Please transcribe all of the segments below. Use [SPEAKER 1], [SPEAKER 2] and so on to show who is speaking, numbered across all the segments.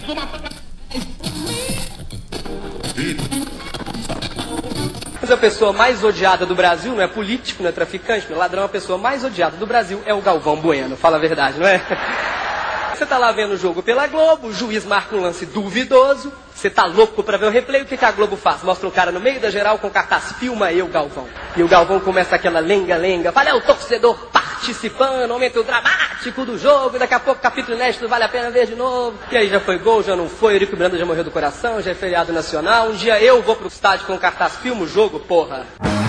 [SPEAKER 1] Mas a pessoa mais odiada do Brasil não é político, não é traficante, não é ladrão. A pessoa mais odiada do Brasil é o Galvão Bueno. Fala a verdade, não é? Você tá lá vendo o jogo pela Globo, o juiz marca um lance duvidoso, você tá louco pra ver o replay, o que a Globo faz? Mostra um cara no meio da geral com cartaz, filma eu, Galvão. E o Galvão começa aquela lenga-lenga, fala, é o torcedor participando, momento dramático do jogo, daqui a pouco capítulo inédito, vale a pena ver de novo. E aí já foi gol, já não foi, Eurico Miranda já morreu do coração, já é feriado nacional, um dia eu vou pro estádio com cartaz, filma o jogo, porra.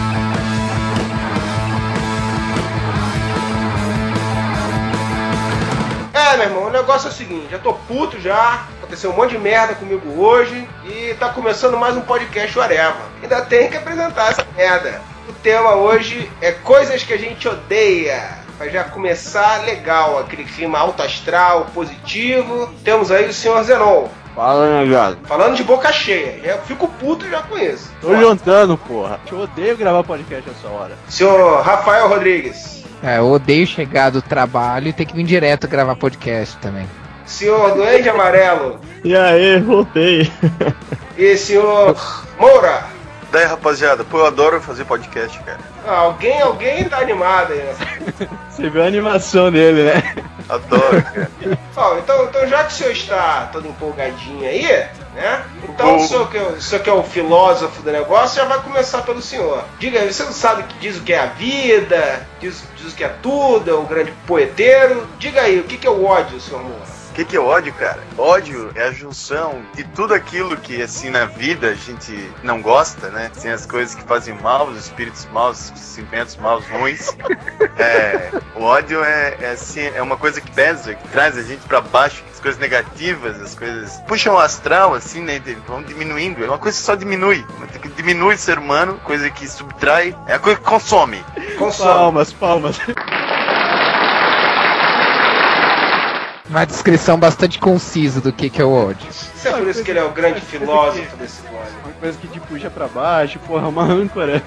[SPEAKER 2] Meu irmão, o negócio é o seguinte, já tô puto já, aconteceu um monte de merda comigo hoje e tá começando mais um podcast Whatever. Ainda tem que apresentar essa merda. O tema hoje é coisas que a gente odeia, pra já começar legal, aquele clima alto astral, positivo. Temos aí o senhor Zenon.
[SPEAKER 3] Fala, né, viado?
[SPEAKER 2] Falando de boca cheia, já fico puto já com isso.
[SPEAKER 3] Tô jantando, porra. Eu odeio gravar podcast essa hora.
[SPEAKER 2] Senhor Rafael Rodrigues.
[SPEAKER 4] Eu odeio chegar do trabalho e ter que vir direto gravar podcast também.
[SPEAKER 2] Senhor Duende Amarelo.
[SPEAKER 5] E aí, voltei.
[SPEAKER 2] E senhor Moura.
[SPEAKER 6] Daí, rapaziada, pô, eu adoro fazer podcast, cara.
[SPEAKER 2] Alguém tá animado aí, né?
[SPEAKER 3] Você viu a animação dele, né?
[SPEAKER 6] Adoro, cara.
[SPEAKER 2] Então já que o senhor está todo empolgadinho aí, né? Então o senhor que é o filósofo do negócio já vai começar pelo senhor. Diga aí, você não sabe o que diz o que é a vida, diz o que é tudo, é um grande poeteiro. Diga aí, o que é o ódio, senhor Moura?
[SPEAKER 6] O que é ódio, cara? Ódio é a junção de tudo aquilo que, assim, na vida a gente não gosta, né? Assim, as coisas que fazem mal, os espíritos maus, os sentimentos maus, ruins. O ódio é uma coisa que pesa, que traz a gente pra baixo, as coisas negativas, as coisas puxam o astral, assim, né? Vão diminuindo. É uma coisa que só diminui. Diminui o ser humano, coisa que subtrai, é a coisa que consome.
[SPEAKER 3] Palmas.
[SPEAKER 4] Uma descrição bastante concisa do que é o ódio.
[SPEAKER 2] Isso é por isso que ele é o grande filósofo desse blog.
[SPEAKER 3] Uma coisa que te puxa pra baixo, porra, uma âncora.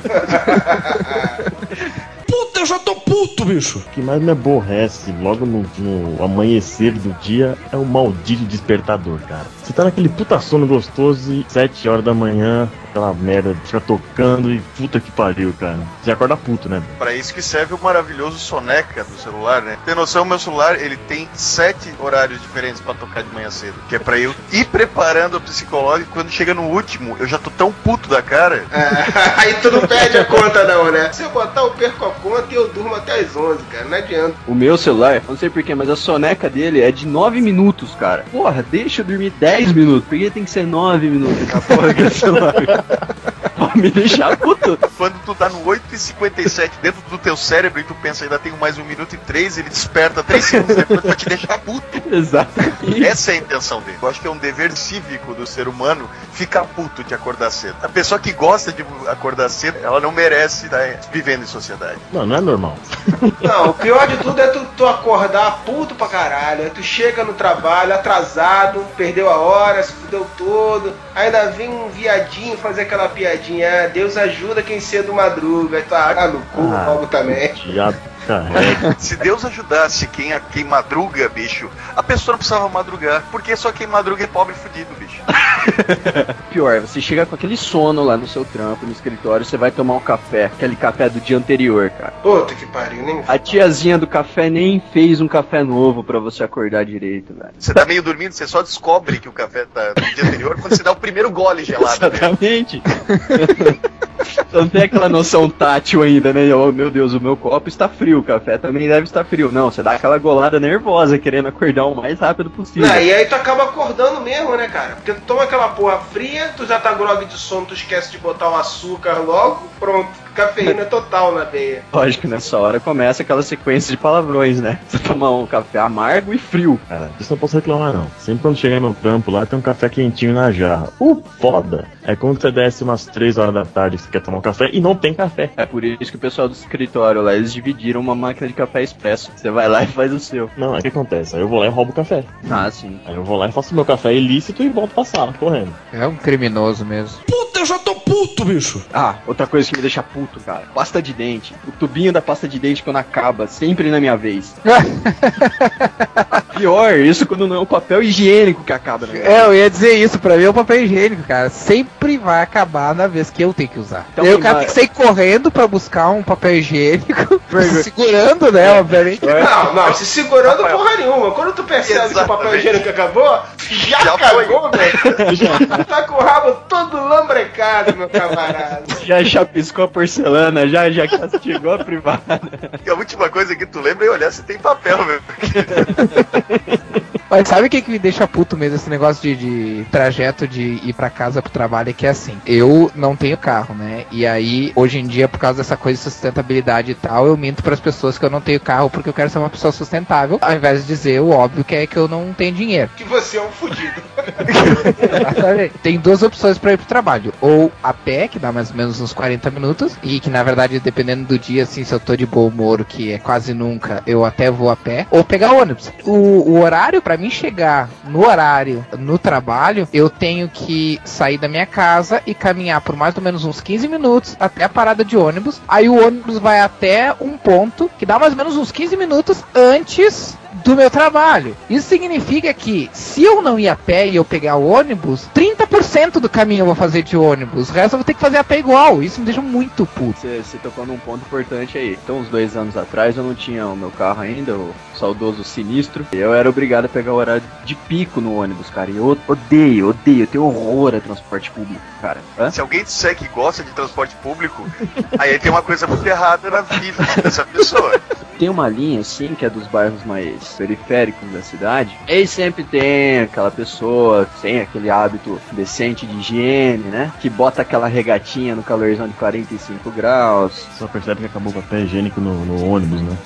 [SPEAKER 7] Puta, eu já tô puto, bicho!
[SPEAKER 5] O que mais me aborrece logo no amanhecer do dia é o maldito despertador, cara. Você tá naquele puta sono gostoso e 7 horas da manhã, aquela merda fica tocando e puta que pariu, cara. Você acorda puto, né?
[SPEAKER 6] Pra isso que serve o maravilhoso soneca do celular, né? Tem noção, meu celular, ele tem 7 horários diferentes pra tocar de manhã cedo. Que é pra eu ir preparando o psicológico, quando chega no último, eu já tô tão puto da cara.
[SPEAKER 2] Aí tu não perde a conta não, né? Se eu botar, eu perco a conta e eu durmo até as 11, cara, não adianta.
[SPEAKER 3] O meu celular, não sei porquê, mas a soneca dele é de 9 minutos, cara. Porra, deixa eu dormir 10 minutos, porque tem que ser 9 minutos na porra do celular. Pode me deixar puto.
[SPEAKER 6] Quando tu tá no 8h57 dentro do teu cérebro e tu pensa, ainda tenho mais 1 minuto e 3, ele desperta 3 segundos depois pra te deixar puto.
[SPEAKER 3] Exatamente.
[SPEAKER 6] Essa é a intenção dele. Eu acho que é um dever cívico do ser humano ficar puto de acordar cedo. A pessoa que gosta de acordar cedo, ela não merece estar vivendo em sociedade.
[SPEAKER 5] Não é normal.
[SPEAKER 2] Não, o pior de tudo é tu acordar puto pra caralho. Aí tu chega no trabalho atrasado, perdeu a hora, se fudeu todo. Ainda vem um viadinho fazer aquela piadinha. Deus ajuda quem cedo madruga. Aí tu no cu, logo também.
[SPEAKER 5] Diabo, carrega.
[SPEAKER 6] Se Deus ajudasse quem madruga, bicho, a pessoa não precisava madrugar. Porque só quem madruga é pobre e fudido, bicho.
[SPEAKER 3] Pior, você chega com aquele sono lá no seu trampo, no escritório, você vai tomar um café, aquele café do dia anterior, cara.
[SPEAKER 2] Puta que pariu, nem...
[SPEAKER 3] A tiazinha do café nem fez um café novo pra você acordar direito, velho.
[SPEAKER 6] Você tá meio dormindo, você só descobre que o café tá no dia anterior quando você dá o primeiro gole gelado.
[SPEAKER 3] Exatamente. Não tem aquela noção tátil ainda, né? Oh, meu Deus, o meu copo está frio, o café também deve estar frio. Não, você dá aquela golada nervosa, querendo acordar o mais rápido possível.
[SPEAKER 2] Não, e aí tu acaba acordando mesmo, né, cara? Porque tu toma aquela porra fria, tu já tá grog de sono, tu esquece de botar o açúcar logo, pronto. Cafeína total na veia.
[SPEAKER 3] Lógico que nessa hora começa aquela sequência de palavrões, né? Você tomar um café amargo e frio.
[SPEAKER 5] Cara, isso não posso reclamar, não. Sempre quando chegar no trampo lá, tem um café quentinho na jarra. Foda! É quando você desce umas 3 horas da tarde, você quer tomar um café e não tem café.
[SPEAKER 3] É por isso que o pessoal do escritório lá, eles dividiram uma máquina de café expresso. Você vai lá e faz o seu.
[SPEAKER 5] Não, é o que acontece? Aí eu vou lá e roubo o café.
[SPEAKER 3] Ah, sim.
[SPEAKER 5] Aí eu vou lá e faço meu café ilícito e volto pra sala, correndo.
[SPEAKER 4] É um criminoso mesmo.
[SPEAKER 7] Puta, eu já tô puto! puto, bicho.
[SPEAKER 3] Ah, outra coisa que me deixa puto, cara. Pasta de dente. O tubinho da pasta de dente quando acaba, sempre na minha vez. Pior, isso quando não é o papel higiênico que acaba, né?
[SPEAKER 4] Eu ia dizer isso, pra mim é o papel higiênico, cara. Sempre vai acabar na vez que eu tenho que usar.
[SPEAKER 3] Então,
[SPEAKER 4] Eu, cara, tem que sair correndo pra buscar um papel higiênico, segurando, né, obviamente.
[SPEAKER 2] Não, se segurando porra nenhuma. Quando tu percebe que o papel higiênico acabou, já cagou, velho. Tá com o rabo todo lambrecado, meu camarada.
[SPEAKER 3] Já chapiscou a porcelana, já castigou a privada.
[SPEAKER 6] E a última coisa que tu lembra é olhar se tem papel, meu.
[SPEAKER 4] Mas sabe o que me deixa puto mesmo, esse negócio de trajeto de ir pra casa pro trabalho, é que é assim, eu não tenho carro, né, e aí, hoje em dia, por causa dessa coisa de sustentabilidade e tal, eu minto pras pessoas que eu não tenho carro porque eu quero ser uma pessoa sustentável, ao invés de dizer o óbvio que é que eu não tenho dinheiro.
[SPEAKER 2] Que você é um fudido.
[SPEAKER 4] Tem duas opções pra ir pro trabalho, ou a pé, que dá mais ou menos uns 40 minutos, e que na verdade, dependendo do dia, assim, se eu tô de bom humor, que é quase nunca, eu até vou a pé, ou pegar ônibus. O horário, pra mim chegar no horário, no trabalho, eu tenho que sair da minha casa e caminhar por mais ou menos uns 15 minutos até a parada de ônibus, aí o ônibus vai até um ponto, que dá mais ou menos uns 15 minutos antes do meu trabalho. Isso significa que, se eu não ir a pé e eu pegar o ônibus, 30% do caminho eu vou fazer de ônibus, o resto eu vou ter que fazer a pé igual. Isso me deixa muito puto.
[SPEAKER 3] Você tocou num ponto importante aí. Então, uns 2 anos atrás, eu não tinha o meu carro ainda, o saudoso Sinistro. Eu era obrigado a pegar o horário de pico no ônibus, cara. E eu odeio, tenho horror a transporte público, cara. Hã?
[SPEAKER 6] Se alguém disser que gosta de transporte público, aí tem uma coisa muito errada na vida dessa pessoa.
[SPEAKER 3] Tem uma linha, assim, que é dos bairros mais periféricos da cidade. E aí sempre tem aquela pessoa sem aquele hábito decente de higiene, né? Que bota aquela regatinha no calorzão de 45 graus.
[SPEAKER 5] Só percebe que acabou o papel higiênico no ônibus, né?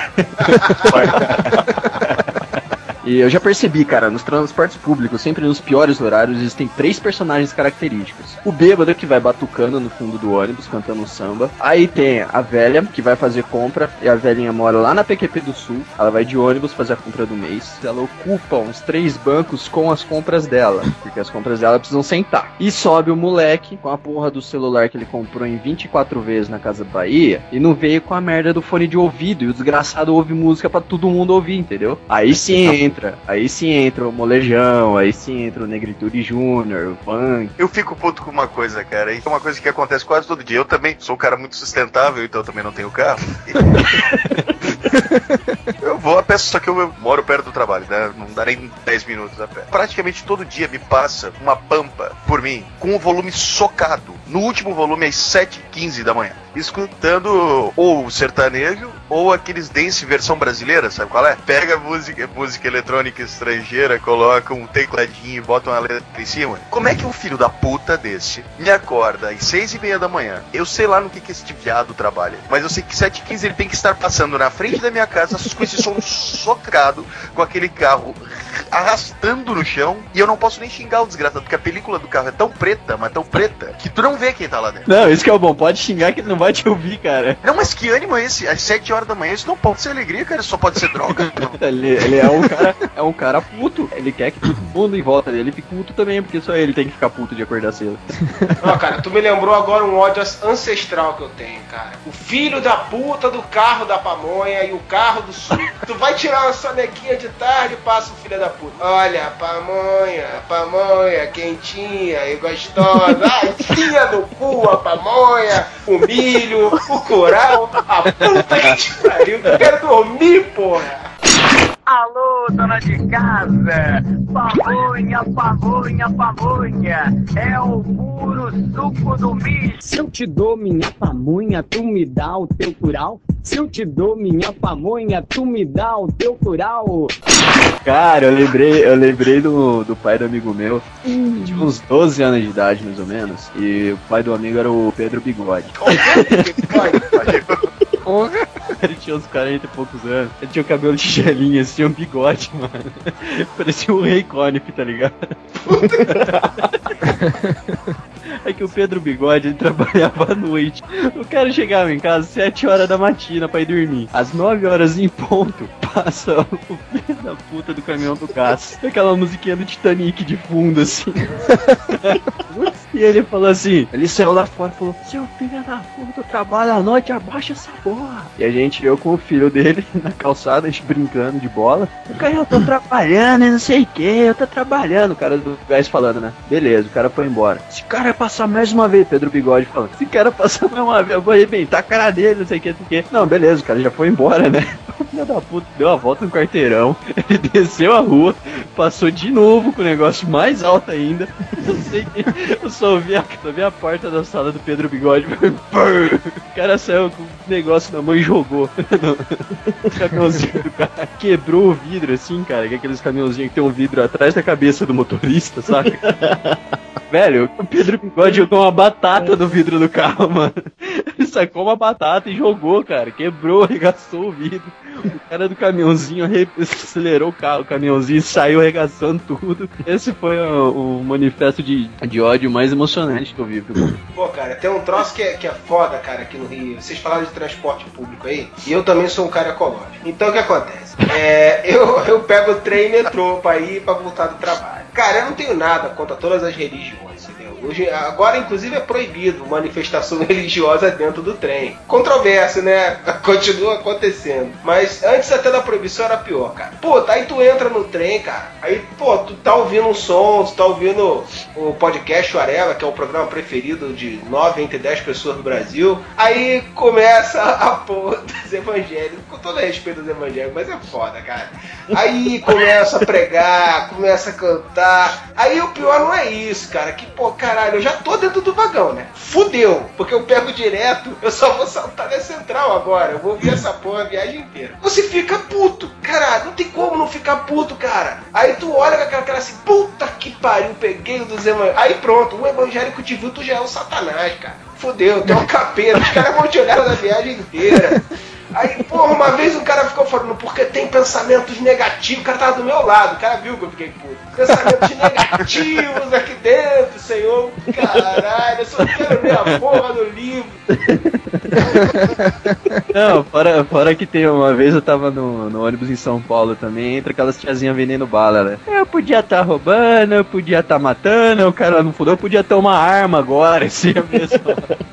[SPEAKER 3] E eu já percebi, cara, nos transportes públicos, sempre nos piores horários, existem 3 personagens característicos. O bêbado, que vai batucando no fundo do ônibus, cantando um samba. Aí tem a velha, que vai fazer compra, e a velhinha mora lá na PQP do Sul. Ela vai de ônibus fazer a compra do mês. Ela ocupa uns 3 bancos com as compras dela, porque as compras dela precisam sentar. E sobe o moleque com a porra do celular que ele comprou em 24 vezes na Casa Bahia, e não veio com a merda do fone de ouvido, e o desgraçado ouve música pra todo mundo ouvir, entendeu? Aí sim entra o molejão, aí sim entra o Negritude Júnior, o funk.
[SPEAKER 6] Eu fico puto com uma coisa, cara, e é uma coisa que acontece quase todo dia. Eu também sou um cara muito sustentável, então eu também não tenho carro. Eu vou a pé, só que eu moro perto do trabalho, né? Não dá nem 10 minutos a pé. Praticamente todo dia me passa uma pampa por mim, com o volume socado. No último volume, às 7h15 da manhã. Escutando ou sertanejo, ou aqueles dance versão brasileira, sabe qual é? Pega música eletrônica estrangeira, coloca um tecladinho e bota uma letra em cima. Como é que um filho da puta desse me acorda às 6h30 da manhã? Eu sei lá no que esse viado trabalha, mas eu sei que 7h15 ele tem que estar passando na frente da minha casa com esse som socado, com aquele carro arrastando no chão, e eu não posso nem xingar o desgraçado, porque a película do carro é tão preta, mas tão preta, que tu não vê quem tá lá dentro.
[SPEAKER 3] Não, isso que é o bom, pode xingar que ele não vai te ouvir, cara.
[SPEAKER 6] Não, mas que ânimo é esse? Às 7 horas da manhã, isso não pode ser alegria, cara, só pode ser droga.
[SPEAKER 3] ele é um cara puto, ele quer que todo mundo em volta dele fique puto também, porque só ele tem que ficar puto de acordar cedo.
[SPEAKER 2] Ó, cara, tu me lembrou agora um ódio ancestral que eu tenho, cara. O filho da puta do carro da pamonha e o carro do sul. Tu vai tirar uma sonequinha de tarde e passa o filho da puta. Olha, pamonha quentinha e gostosa. Ai, tinha no cu a pamonha, o milho, o curau. A puta que te pariu, eu quero dormir, porra.
[SPEAKER 8] Alô, dona de casa, pamonha, é o puro suco do bicho.
[SPEAKER 9] Se eu te dou minha pamonha, tu me dá o teu curau? Se eu te dou minha pamonha, tu me dá o teu curau?
[SPEAKER 3] Cara, eu lembrei do pai do amigo meu, tinha uns 12 anos de idade, mais ou menos, e o pai do amigo era o Pedro Bigode. Ele tinha uns 40 e poucos anos. Ele tinha o cabelo de gelinho, assim, tinha um bigode, mano. Parecia um Rei Conif, tá ligado? É que o Pedro Bigode, ele trabalhava à noite. O cara chegava em casa às 7 horas da matina pra ir dormir. Às 9 horas em ponto, passa o filho da puta do caminhão do gás. Aquela musiquinha do Titanic de fundo, assim. E ele falou assim, ele saiu lá fora e falou, seu filho da puta, eu trabalho à noite, abaixa essa porra. E a gente, eu com o filho dele na calçada, a gente brincando de bola. O cara, eu tô trabalhando e não sei o que, eu tô trabalhando. O cara do gás falando, né? Beleza, o cara foi embora. Esse cara vai passar mais uma vez, Pedro Bigode falando. Esse cara passar mais uma vez, eu vou arrebentar a cara dele, não sei o que, não sei o que. Não, beleza, o cara já foi embora, né? O filho da puta deu a volta no quarteirão, ele desceu a rua, passou de novo com o negócio mais alto ainda. Eu sei que eu só vi a porta da sala do Pedro Bigode. O cara saiu com o negócio na mão e jogou no caminhãozinho do cara. Quebrou o vidro assim, cara, que é aqueles caminhãozinhos que tem um vidro atrás da cabeça do motorista, saca? Velho, o Pedro Bigode jogou uma batata no vidro do carro, mano. Ele sacou uma batata e jogou, cara. Quebrou, arregaçou o vidro. O cara do caminhãozinho acelerou o caminhãozinho e saiu arregaçando tudo. Esse foi o manifesto de ódio mais emocionante que eu vi.
[SPEAKER 2] Pô, cara, tem um troço que é foda, cara, aqui no Rio. Vocês falaram de transporte público aí, e eu também sou um cara ecológico. Então o que acontece? Eu pego o trem e metrô pra ir pra voltar do trabalho. Cara, eu não tenho nada contra todas as religiões, entendeu? Agora, inclusive, é proibido manifestação religiosa dentro do trem. Controverso, né? Continua acontecendo. Mas antes até da proibição era pior, cara. Pô, aí tu entra no trem, cara. Aí, pô, tu tá ouvindo um som, tu tá ouvindo o podcast Areva, que é o programa preferido de 9 entre 10 pessoas do Brasil. Aí começa a porra dos evangélicos, com todo respeito aos evangélicos, mas é foda, cara. Aí começa a pregar, começa a cantar. Aí o pior não é isso, cara. Que, pô, caralho, eu já tô dentro do vagão, né? Fudeu, porque eu pego direto, eu só vou saltar na central agora. Eu vou ouvir essa porra a viagem inteira. Você fica puto, caralho, não tem como não ficar puto, cara. Aí tu olha com aquela cara assim, puta que pariu, peguei o dos evangélicos. Aí pronto, o evangélico te viu, tu já é um satanás, cara. Fudeu, tu é um capeta, os caras vão te olhar na viagem inteira. Aí, porra, uma vez o cara ficou falando, porque tem pensamentos negativos, o cara tava do meu lado, o cara viu que eu fiquei puto. Pensamentos negativos aqui dentro, senhor, caralho, eu só quero ver a porra do livro.
[SPEAKER 3] Não, fora que tem uma vez eu tava no ônibus em São Paulo também, entre aquelas tiazinhas vendendo bala, né? Eu podia estar roubando, eu podia estar matando, o cara não fudeu, eu podia ter uma arma agora, assim, mesmo.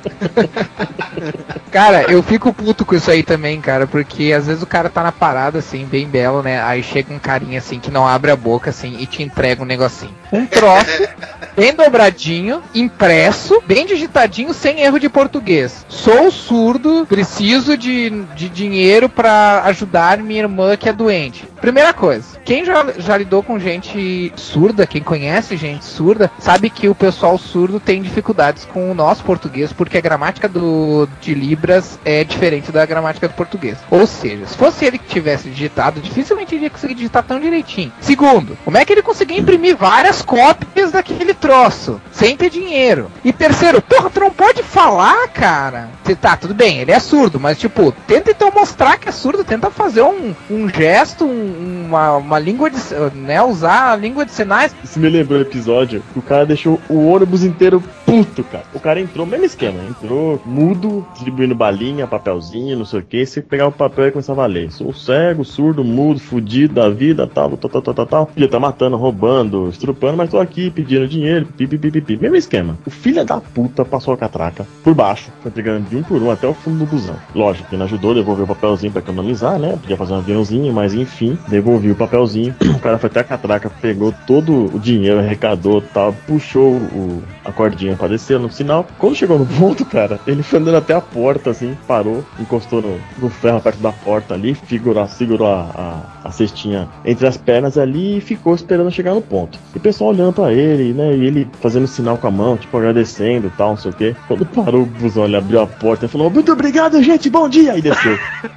[SPEAKER 4] Cara, eu fico puto com isso aí também, cara, porque às vezes o cara tá na parada, assim, bem belo, né? Aí chega um carinha, assim, que não abre a boca, assim, e te entrega um negocinho. Um troço, bem dobradinho, impresso, bem digitadinho, sem erro de português. Sou surdo, preciso de dinheiro pra ajudar minha irmã que é doente. Primeira coisa, quem já lidou com gente surda, quem conhece gente surda, sabe que o pessoal surdo tem dificuldades com o nosso português, porque a gramática de Libras é diferente da gramática do português. Ou seja, se fosse ele que tivesse digitado, dificilmente ele ia conseguir digitar tão direitinho. Segundo, como é que ele conseguia imprimir várias cópias daquele troço, sem ter dinheiro? E terceiro, porra, tu não pode falar, cara. Tá, tudo bem, ele é surdo, mas tipo, tenta então mostrar que é surdo, tenta fazer um gesto, uma língua de, né, usar a língua de sinais.
[SPEAKER 5] Isso me lembrou o episódio que o cara deixou o ônibus inteiro puto, cara. O cara entrou, mesmo esquema, entrou mudo, distribuindo balinha, papelzinho, não sei o que. Você pegava o papel e começava a ler. Sou cego, surdo, mudo, fudido da vida, tal. Podia tá matando, roubando, estrupando, mas tô aqui pedindo dinheiro, pipi. Mesmo esquema. O filho da puta passou a catraca por baixo, foi pegando de um por um até o fundo do busão. Lógico, ele ajudou a devolver o papelzinho pra economizar, né? Podia fazer um aviãozinho, mas enfim, devolvi o papelzinho. O cara foi até a catraca, pegou todo o dinheiro, arrecadou, tal, puxou a cordinha pra descer no sinal. Quando chegou no ponto, cara, ele foi andando até a porta, assim, parou, encostou no ferro perto da porta ali, segurou a cestinha entre as pernas ali e ficou esperando chegar no ponto. E o pessoal olhando pra ele, né, e ele fazendo sinal com a mão, tipo, agradecendo e tal, não sei o que. Quando parou o busão, ele abriu a porta e falou, muito obrigado, gente, bom dia! E desceu.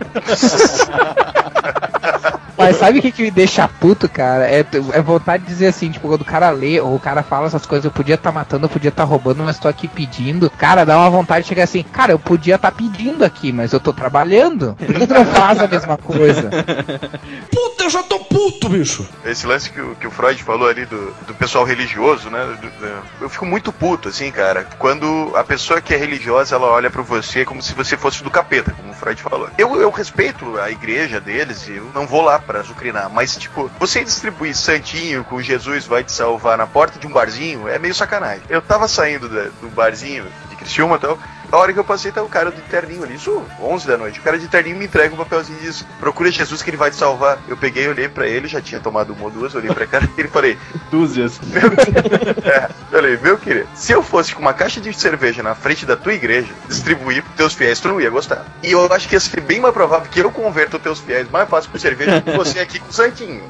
[SPEAKER 4] Mas sabe o que me deixa puto, cara? É vontade de dizer assim, tipo, quando o cara lê ou o cara fala essas coisas, eu podia estar matando, eu podia estar roubando, mas tô aqui pedindo. Cara, dá uma vontade de chegar assim, cara, eu podia estar pedindo aqui, mas eu tô trabalhando. Por que tu não faz a mesma coisa?
[SPEAKER 7] Puta Puta, eu já tô puto, bicho.
[SPEAKER 6] Esse lance que o Freud falou ali do pessoal religioso, né? Eu fico muito puto, assim, cara, quando a pessoa que é religiosa, ela olha pra você como se você fosse do capeta, como o Freud falou. Eu respeito a igreja deles e eu não vou lá pra azucrinar, mas, tipo, você distribuir santinho com Jesus vai te salvar na porta de um barzinho é meio sacanagem. Eu tava saindo do barzinho de Criciúma e tal. A hora que eu passei, tá o cara do terninho ali, isso 11 da noite. O cara de terninho me entrega um papelzinho e diz: procura Jesus que ele vai te salvar. Eu peguei, olhei pra ele, já tinha tomado uma ou duas, olhei pra cara dele e falei:
[SPEAKER 3] Dúzias.
[SPEAKER 6] Falei, meu querido, se eu fosse com uma caixa de cerveja na frente da tua igreja, distribuir pros teus fiéis, tu não ia gostar. E eu acho que ia ser bem mais provável que eu converta os teus fiéis mais fácil com cerveja do que você aqui com o santinho.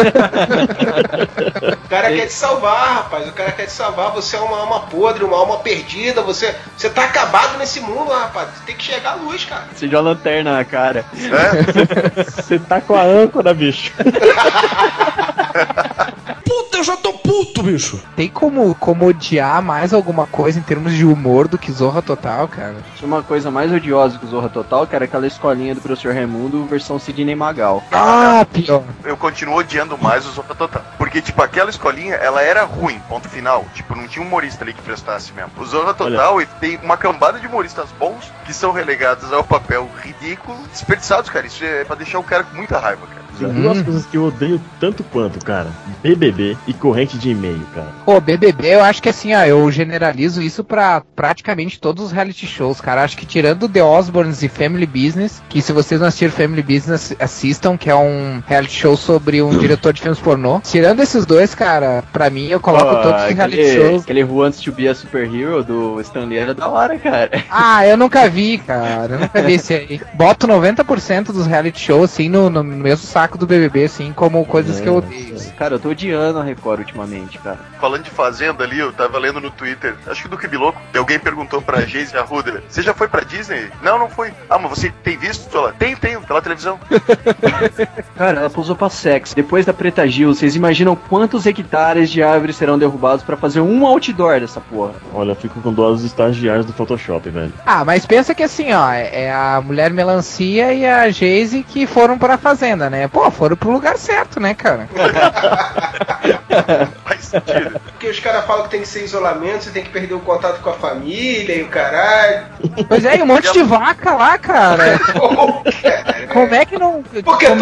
[SPEAKER 2] O cara quer te salvar, rapaz. O cara quer te salvar. Você é uma alma podre, uma alma perdida. Você tá acabado nesse mundo, rapaz. Você tem que chegar à luz, cara.
[SPEAKER 3] Você joga lanterna na cara.
[SPEAKER 5] Você tá com a âncora, bicho.
[SPEAKER 7] Puta, eu já tô puto, bicho.
[SPEAKER 4] Tem como odiar mais alguma coisa em termos de humor do que Zorra Total, cara?
[SPEAKER 3] Tinha uma coisa mais odiosa que o Zorra Total, que era aquela escolinha do professor Raimundo versão Sidney Magal.
[SPEAKER 4] Ah, pior.
[SPEAKER 6] Eu continuo odiando mais o Zorra Total. Porque, tipo, aquela escolinha, ela era ruim, ponto final. Tipo, não tinha um humorista ali que prestasse mesmo. O Zorra Total, ele tem uma cambada de humoristas bons que são relegados ao papel ridículo, desperdiçados, cara. Isso é pra deixar o cara com muita raiva, cara.
[SPEAKER 5] Tem duas coisas que eu odeio tanto quanto, cara: BBB e corrente de e-mail, cara.
[SPEAKER 4] Pô, BBB, eu acho que assim, eu generalizo isso pra praticamente todos os reality shows, cara. Acho que tirando The Osbournes e Family Business, que se vocês não assistiram Family Business, assistam, que é um reality show sobre um diretor de filmes pornô. Tirando esses dois, cara, pra mim, eu coloco todos os reality shows.
[SPEAKER 3] Aquele Who Wants to Be a Superhero do Stanley era da hora, cara.
[SPEAKER 4] Ah, eu nunca vi, cara. Eu nunca vi esse aí. Boto 90% dos reality shows, assim, no mesmo saco do BBB, assim, como coisas que eu odeio.
[SPEAKER 3] Cara, eu tô odiando a Record ultimamente, cara.
[SPEAKER 6] Falando de Fazenda ali, eu tava lendo no Twitter, acho que do Que Biloco, alguém perguntou pra Geise Arruda: você já foi pra Disney? Não foi. Ah, mas você tem visto? Ela, tenho, pela televisão.
[SPEAKER 3] Cara, ela pousou pra sexo. Depois da Preta Gil, vocês imaginam quantos hectares de árvores serão derrubados pra fazer um outdoor dessa porra?
[SPEAKER 5] Olha, eu fico com dó dos estagiários do Photoshop, velho.
[SPEAKER 4] Ah, mas pensa que assim, ó, é a Mulher Melancia e a Geise que foram pra Fazenda, né? Pô, foram pro lugar certo, né, cara?
[SPEAKER 6] Faz sentido.
[SPEAKER 2] Porque os caras falam que tem que ser isolamento, você tem que perder o contato com a família e o caralho.
[SPEAKER 4] Pois é, e um monte de vaca lá, cara. Como é que não...
[SPEAKER 2] Por que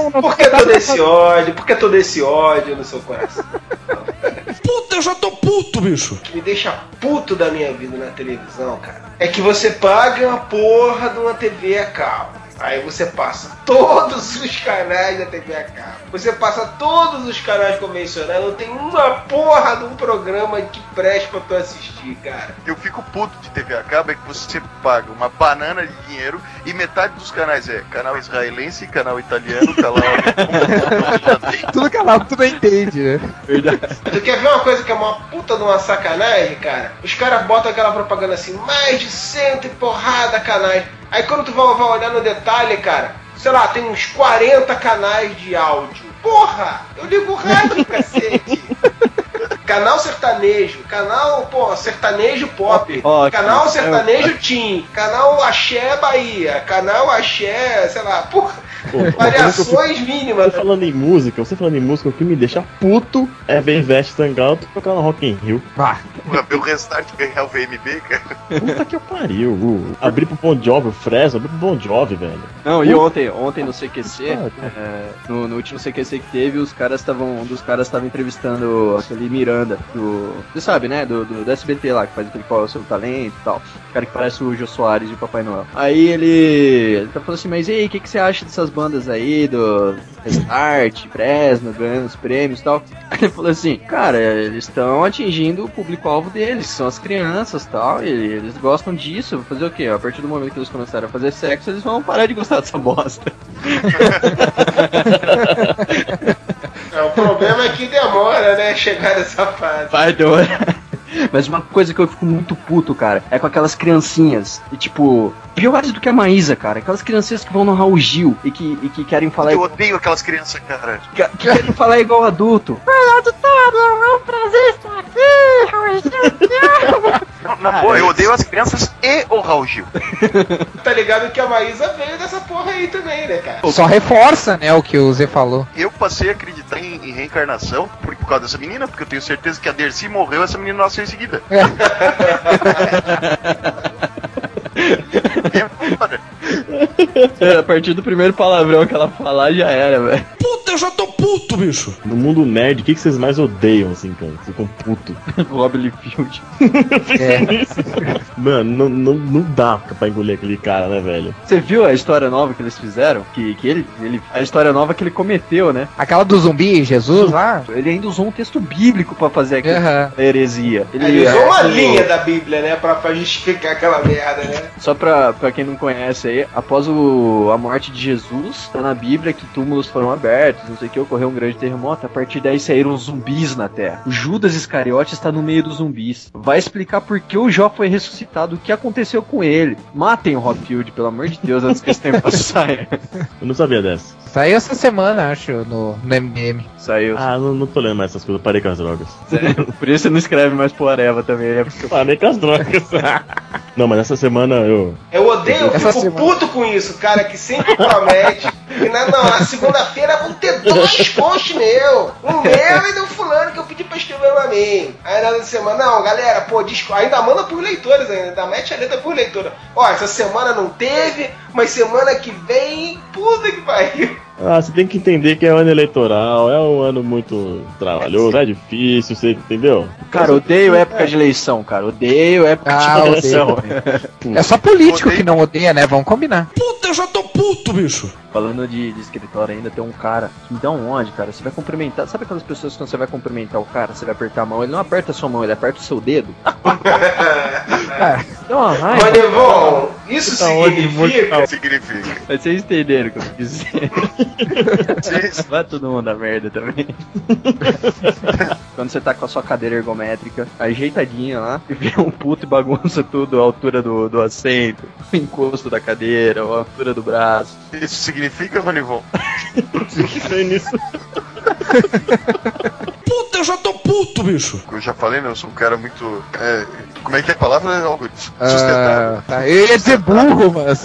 [SPEAKER 2] todo esse ódio no seu coração?
[SPEAKER 7] Puta, eu já tô puto, bicho.
[SPEAKER 2] O que me deixa puto da minha vida na televisão, cara, é que você paga uma porra de uma TV a cabo. Aí você passa todos os canais da TV a cabo. Você passa todos os canais convencionais. Não tem uma porra de um programa que preste pra tu assistir, cara.
[SPEAKER 6] Eu fico puto de TV a cabo é que você paga uma banana de dinheiro e metade dos canais é canal israelense, canal italiano, canal...
[SPEAKER 4] Tudo canal que tu não entende, né?
[SPEAKER 3] Verdade.
[SPEAKER 2] Tu quer ver uma coisa que é uma puta de uma sacanagem, cara? Os caras botam aquela propaganda assim, mais de 100 e porrada canais. Aí quando tu vai olhar no detalhe, cara, sei lá, tem uns 40 canais de áudio. Porra! Eu ligo o rádio, cacete! Canal sertanejo, canal, sertanejo pop, canal sertanejo teen, canal axé Bahia, canal axé, sei lá, porra. Variações mínimas.
[SPEAKER 5] Você falando em música, o que me deixa puto é ver Veste Tangalto tocar no Rock in Rio.
[SPEAKER 6] Ver o Restart ganhar o VMB, cara.
[SPEAKER 5] Puta que eu pariu. Abrir pro Bon Jovi, o Fresno, abrir pro Bon Jovi, velho.
[SPEAKER 3] Não, e ontem no CQC, no último CQC que teve, um dos caras estavam entrevistando aquele Miranda, você sabe, né, do SBT lá, que faz aquele Qual é o Seu Talento e tal. O cara que parece o Jô Soares e o Papai Noel. Aí ele tá falando assim, mas e aí, o que você acha dessas bandas aí, do Restart, Fresno, ganhando os prêmios e tal? Aí ele falou assim, cara, eles estão atingindo o público-alvo deles, que são as crianças e tal, e eles gostam disso. Vou fazer o quê? A partir do momento que eles começarem a fazer sexo, eles vão parar de gostar dessa bosta.
[SPEAKER 2] O problema é que demora, né, chegar nessa fase.
[SPEAKER 3] Vai demorar. Mas uma coisa que eu fico muito puto, cara, é com aquelas criancinhas. E tipo, piores do que a Maísa, cara. Aquelas criancinhas que vão no Raul Gil e que querem falar.
[SPEAKER 6] Eu odeio aquelas crianças, cara.
[SPEAKER 3] Que querem falar igual adulto.
[SPEAKER 10] Olá, doutor, é um prazer estar aqui, Raul Gil.
[SPEAKER 6] Na boa, eu odeio as crianças e o Raul Gil.
[SPEAKER 2] Tá ligado que a Maísa veio dessa porra aí também, né, cara?
[SPEAKER 4] Só reforça, né, o que o Zé falou.
[SPEAKER 6] Eu passei a acreditar em reencarnação por causa dessa menina, porque eu tenho certeza que a Dercy morreu e essa menina nasceu em seguida.
[SPEAKER 3] A partir do primeiro palavrão que ela falar, já era, velho.
[SPEAKER 7] Puta, eu já tô puto, bicho.
[SPEAKER 5] No mundo nerd, o que vocês mais odeiam, assim, cara? Vocês ficam puto.
[SPEAKER 3] Rob Liefeld.
[SPEAKER 5] Mano, não dá pra engolir aquele cara, né, velho?
[SPEAKER 3] Você viu a história nova que eles fizeram? Que ele a história nova que ele cometeu, né?
[SPEAKER 4] Aquela do zumbi, Jesus lá?
[SPEAKER 3] Ele ainda usou um texto bíblico pra fazer aquela heresia.
[SPEAKER 2] Ele usou uma linha da Bíblia, né? Pra justificar aquela merda, né?
[SPEAKER 3] Só pra quem não conhece aí, após a morte de Jesus, tá na Bíblia que túmulos foram abertos, não sei o que, ocorreu um grande terremoto, a partir daí saíram zumbis na Terra. O Judas Iscariote está no meio dos zumbis. Vai explicar por que o Jó foi ressuscitado, o que aconteceu com ele. Matem o Hopfield, pelo amor de Deus, antes que esse tempo saia.
[SPEAKER 5] Eu não sabia dessa.
[SPEAKER 4] Saiu essa semana, acho, no MDM.
[SPEAKER 3] Saiu.
[SPEAKER 5] Ah, não tô lendo mais essas coisas, parei com as drogas.
[SPEAKER 3] Por isso você não escreve mais pro Areva também, né? Porque
[SPEAKER 5] Parei com as drogas. Não, mas essa semana eu
[SPEAKER 2] odeio, eu fico puto com isso, cara, que sempre promete que na segunda-feira vão ter 2 posts meu. Um meu e do fulano que eu pedi pra escrever pra mim. Aí na semana, não, galera, pô, ainda manda pros leitores ainda mete a letra pros leitores. Ó, essa semana não teve, mas semana que vem, puta que pariu.
[SPEAKER 5] Ah, você tem que entender que é um ano eleitoral, é um ano muito trabalhoso, é difícil, você entendeu?
[SPEAKER 3] Cara, odeio época de eleição, cara. Odeio época de eleição.
[SPEAKER 4] É só político que não odeia, né? Vamos combinar.
[SPEAKER 7] Puta, eu já tô puto, bicho.
[SPEAKER 3] Falando de escritório ainda, tem um cara que me dá um ódio, cara. Você vai cumprimentar, sabe aquelas pessoas que quando você vai cumprimentar o cara, você vai apertar a mão, ele não aperta a sua mão, ele aperta o seu dedo. Dá uma raiva.
[SPEAKER 2] Mas, Devon, isso significa...
[SPEAKER 3] Mas vocês entenderam o que eu quis dizer. Vai todo mundo a merda também. Quando você tá com a sua cadeira ergométrica ajeitadinha lá, e vê um puto e bagunça tudo, a altura do assento, o encosto da cadeira, a altura do braço.
[SPEAKER 6] Isso significa, Vanivon?
[SPEAKER 5] Sei nisso.
[SPEAKER 7] Puta, eu já tô puto, bicho.
[SPEAKER 6] Eu já falei, né? Eu sou um cara muito... como é que é a palavra? Algo sustentável.
[SPEAKER 4] Tá. Eu ia dizer burro, mas...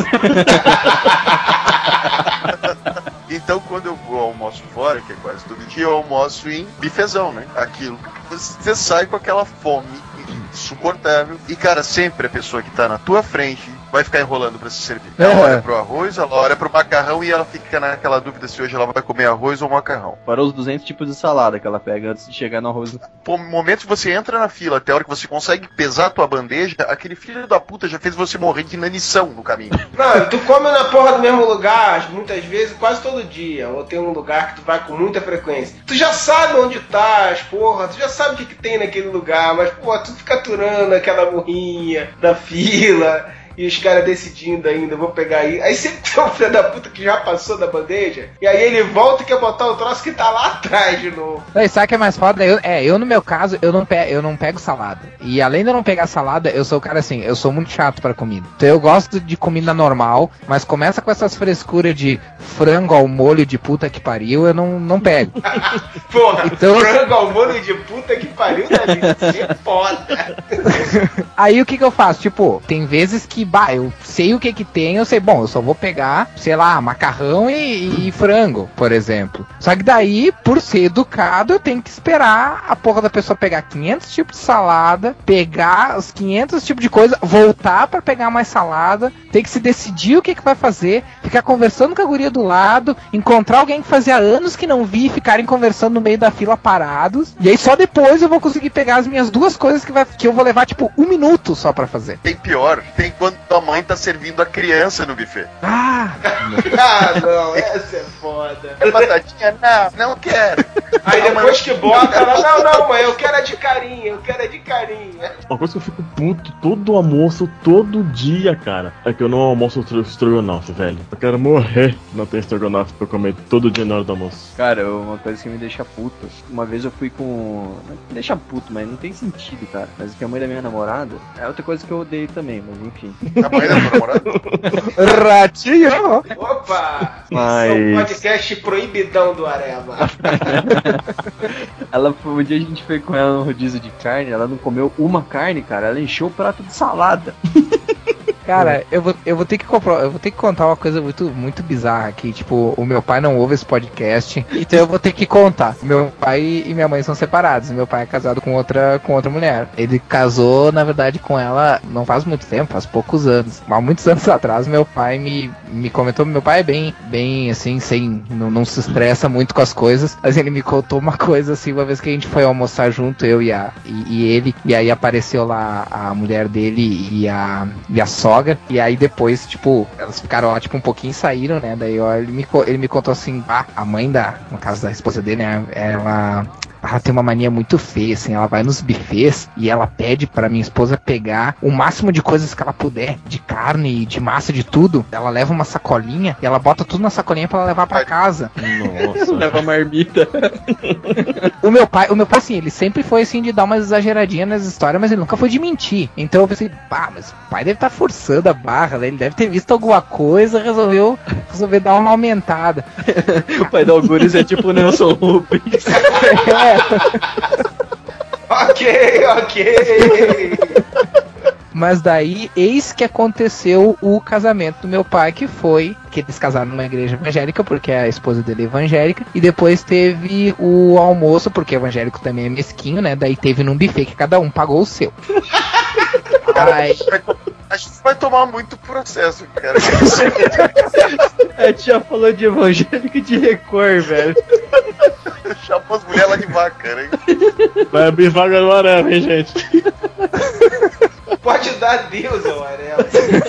[SPEAKER 6] Então, quando eu vou almoço fora, que é quase todo dia, eu almoço em bifezão, né? Aquilo que você sai com aquela fome insuportável. E, cara, sempre a pessoa que tá na tua frente vai ficar enrolando pra se servir. Ela olha pro arroz, ela olha pro macarrão e ela fica naquela dúvida se hoje ela vai comer arroz ou macarrão.
[SPEAKER 3] Para os 200 tipos de salada que ela pega antes de chegar no arroz.
[SPEAKER 6] Pô, no momento que você entra na fila, até a hora que você consegue pesar a tua bandeja, aquele filho da puta já fez você morrer de inanição no caminho.
[SPEAKER 2] Não, tu come na porra do mesmo lugar, muitas vezes, quase todo dia. Ou tem um lugar que tu vai com muita frequência. Tu já sabe onde tá, porra, tu já sabe o que tem naquele lugar, mas, pô, tu fica aturando aquela morrinha da fila... E os caras decidindo ainda, vou pegar aí. Aí sempre tem um filho da puta que já passou da bandeja. E aí ele volta e quer botar o troço que tá lá atrás de novo.
[SPEAKER 4] E sabe o que é mais foda? Eu no meu caso, eu não pego salada. E além de eu não pegar salada, eu sou o cara assim, eu sou muito chato pra comida. Então eu gosto de comida normal, mas começa com essas frescuras de frango ao molho de puta que pariu, eu não pego.
[SPEAKER 2] Porra, então... frango ao molho de puta que pariu deve ser foda.
[SPEAKER 4] Aí o que eu faço? Tipo, tem vezes que eu sei o que tem, eu sei, bom, eu só vou pegar, sei lá, macarrão e frango, por exemplo. Só que daí, por ser educado, eu tenho que esperar a porra da pessoa pegar 500 tipos de salada, pegar os 500 tipos de coisa, voltar pra pegar mais salada, ter que se decidir o que vai fazer, ficar conversando com a guria do lado, encontrar alguém que fazia anos que não vi e ficarem conversando no meio da fila parados, e aí só depois eu vou conseguir pegar as minhas 2 coisas que eu vou levar, tipo, 1 minuto só pra fazer.
[SPEAKER 6] Tem pior, tem quando tua mãe tá servindo a criança no buffet.
[SPEAKER 2] Não, essa é foda.
[SPEAKER 6] É batatinha? Não quero.
[SPEAKER 2] Aí depois que bota, ela, não, mãe, eu quero é de carinha, eu quero é de carinha.
[SPEAKER 5] Uma coisa que eu fico puto todo almoço, todo dia, cara. que eu não almoço estrogonofe, velho. Eu quero morrer que não tem estrogonofe pra eu comer todo dia na hora do almoço.
[SPEAKER 3] Cara, uma coisa que me deixa puto. Uma vez eu fui com... Não me deixa puto, mas não tem sentido, cara. Mas que a mãe da minha namorada é outra coisa que eu odeio também, mas enfim.
[SPEAKER 6] A mãe da sua namorada?
[SPEAKER 4] Ratinho!
[SPEAKER 2] Opa!
[SPEAKER 3] Mas...
[SPEAKER 2] Esse é um podcast proibidão do Areva.
[SPEAKER 3] Um dia a gente foi com ela no rodízio de carne, ela não comeu uma carne, cara, ela encheu o prato de salada.
[SPEAKER 4] Cara, eu vou ter que contar uma coisa muito bizarra aqui. Tipo, o meu pai não ouve esse podcast, então eu vou ter que contar. Meu pai e minha mãe são separados. Meu pai é casado com outra mulher. Ele casou, na verdade, com ela não faz muito tempo, faz poucos anos. Há muitos anos atrás, meu pai me comentou. Meu pai é bem assim, não se estressa muito com as coisas. Mas ele me contou uma coisa assim, uma vez que a gente foi almoçar junto, eu e ele, e aí apareceu lá a mulher dele e a sogra. E aí depois, tipo, elas ficaram lá, tipo, um pouquinho e saíram, né? Daí ó, ele me contou assim, a mãe no caso da esposa dele, né? Ela tem uma mania muito feia, assim, ela vai nos buffets e ela pede pra minha esposa pegar o máximo de coisas que ela puder, de carne, de massa, de tudo. Ela leva uma sacolinha e ela bota tudo na sacolinha pra ela levar pra casa.
[SPEAKER 5] Nossa.
[SPEAKER 3] Leva marmita.
[SPEAKER 4] O meu pai, assim, ele sempre foi, assim, de dar umas exageradinhas nas histórias, mas ele nunca foi de mentir. Então eu pensei, mas o pai deve estar forçando a barra, né? Ele deve ter visto alguma coisa, resolveu dar uma aumentada.
[SPEAKER 3] O pai do Algures é tipo o Nelson Rubens.
[SPEAKER 2] Ok.
[SPEAKER 4] Mas daí, eis que aconteceu o casamento do meu pai, que eles casaram numa igreja evangélica, porque a esposa dele é evangélica, e depois teve o almoço, porque evangélico também é mesquinho, né? Daí teve num buffet que cada um pagou o seu.
[SPEAKER 6] Acho que vai tomar muito processo, cara.
[SPEAKER 3] A tia falou de evangélico de Record, velho.
[SPEAKER 6] Chamou as mulheres lá de vaca, né?
[SPEAKER 5] Vai abrir vaga no Areva, hein, gente?
[SPEAKER 2] Pode dar Deus, ô Areva.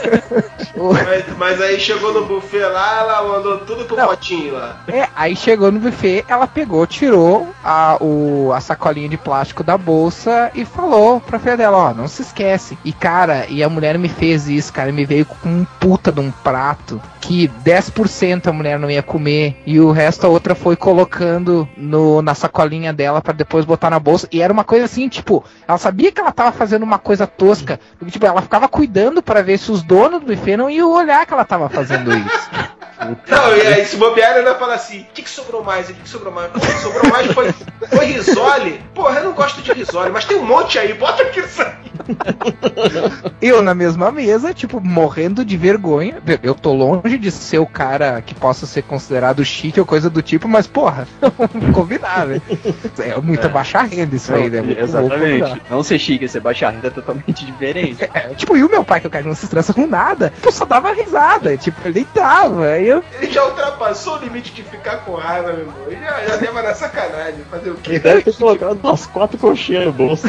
[SPEAKER 2] Mas aí chegou no buffet lá, ela mandou tudo pro potinho lá.
[SPEAKER 4] Aí chegou no buffet, ela pegou, tirou a sacolinha de plástico da bolsa e falou pra filha dela, ó, não se esquece. E cara, a mulher me fez isso, cara, me veio com um puta de um prato que 10% a mulher não ia comer e o resto a outra foi colocando na sacolinha dela pra depois botar na bolsa. E era uma coisa assim, tipo, ela sabia que ela tava fazendo uma coisa tosca, porque, tipo, ela ficava cuidando pra ver se os donos do buffet não iam olhar que ela tava fazendo isso.
[SPEAKER 2] Não, e aí se bobear, ela fala assim, o que sobrou mais? O que sobrou mais? O que sobrou mais foi risole. Porra, eu não gosto de risole, mas tem um monte aí, bota aqui isso aí.
[SPEAKER 4] Eu na mesma mesa, tipo, morrendo de vergonha. Eu tô longe de ser o cara que possa ser considerado chique ou coisa do tipo, mas porra, vamos combinar, né? É muita baixa renda isso aí, né?
[SPEAKER 3] Exatamente. Não ser chique, ser baixa renda é totalmente diferente.
[SPEAKER 4] Tipo, e o meu pai, que o cara não se estressa com nada, eu só dava risada, tipo, ele deitava, aí eu...
[SPEAKER 2] Ele já ultrapassou o limite de ficar com raiva, meu irmão. Ele já leva na sacanagem, fazer o quê?
[SPEAKER 5] Ele deve ter colocado umas 4 conchinhas no bolso.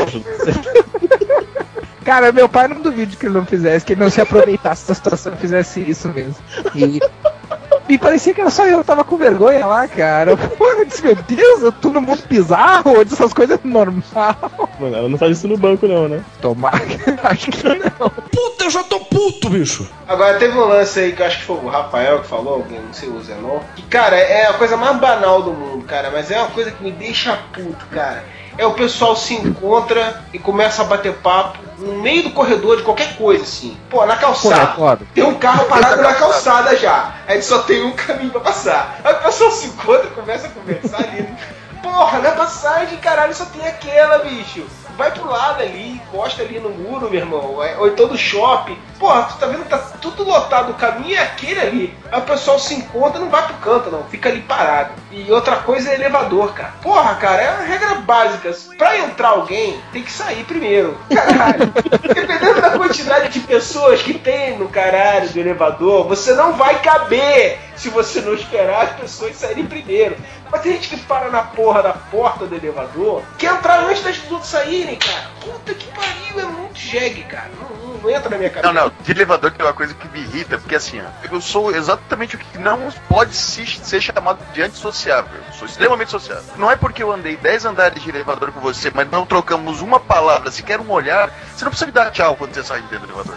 [SPEAKER 4] Cara, meu pai não duvido que ele não fizesse, que ele não se aproveitasse da situação e fizesse isso mesmo. E me parecia que era só eu tava com vergonha lá, cara. Eu disse, meu Deus, eu tô no mundo bizarro, eu disse essas coisas normal.
[SPEAKER 5] Mano, ela não faz isso no banco não, né?
[SPEAKER 4] Tomara, acho que não.
[SPEAKER 7] Puta, eu já tô puto, bicho.
[SPEAKER 2] Agora teve um lance aí que eu acho que foi o Rafael que falou, alguém, não sei o Zenon, que, cara, é a coisa mais banal do mundo, cara, mas é uma coisa que me deixa puto, cara. É o pessoal se encontra e começa a bater papo no meio do corredor de qualquer coisa, assim. Pô, na calçada. Tem um carro parado na calçada já. Aí só tem um caminho pra passar. Aí o pessoal se encontra e começa a conversar ali. Porra, na passagem, caralho, só tem aquela, bicho. Vai pro lado ali, encosta ali no muro, meu irmão. Ou então do shopping. Porra, tu tá vendo que tá tudo lotado, o caminho é aquele ali. Aí o pessoal se encontra e não vai pro canto, não. Fica ali parado. E outra coisa é elevador, cara. Porra, cara, é uma regra básica. Pra entrar alguém, tem que sair primeiro. Caralho. Dependendo da quantidade de pessoas que tem no caralho do elevador, você não vai caber se você não esperar as pessoas saírem primeiro. Mas tem gente que para na porra da porta do elevador, quer entrar antes das outros saírem, cara. Puta que pariu, é muito jegue, cara. Não entra na minha cabeça.
[SPEAKER 6] Não, de elevador que é uma coisa que me irrita, porque assim, ó, eu sou exatamente o que não pode ser chamado de antissociável. Eu sou extremamente sociável. Não é porque eu andei 10 andares de elevador com você, mas não trocamos uma palavra, sequer um olhar, você não precisa me dar tchau quando você sai dentro do elevador.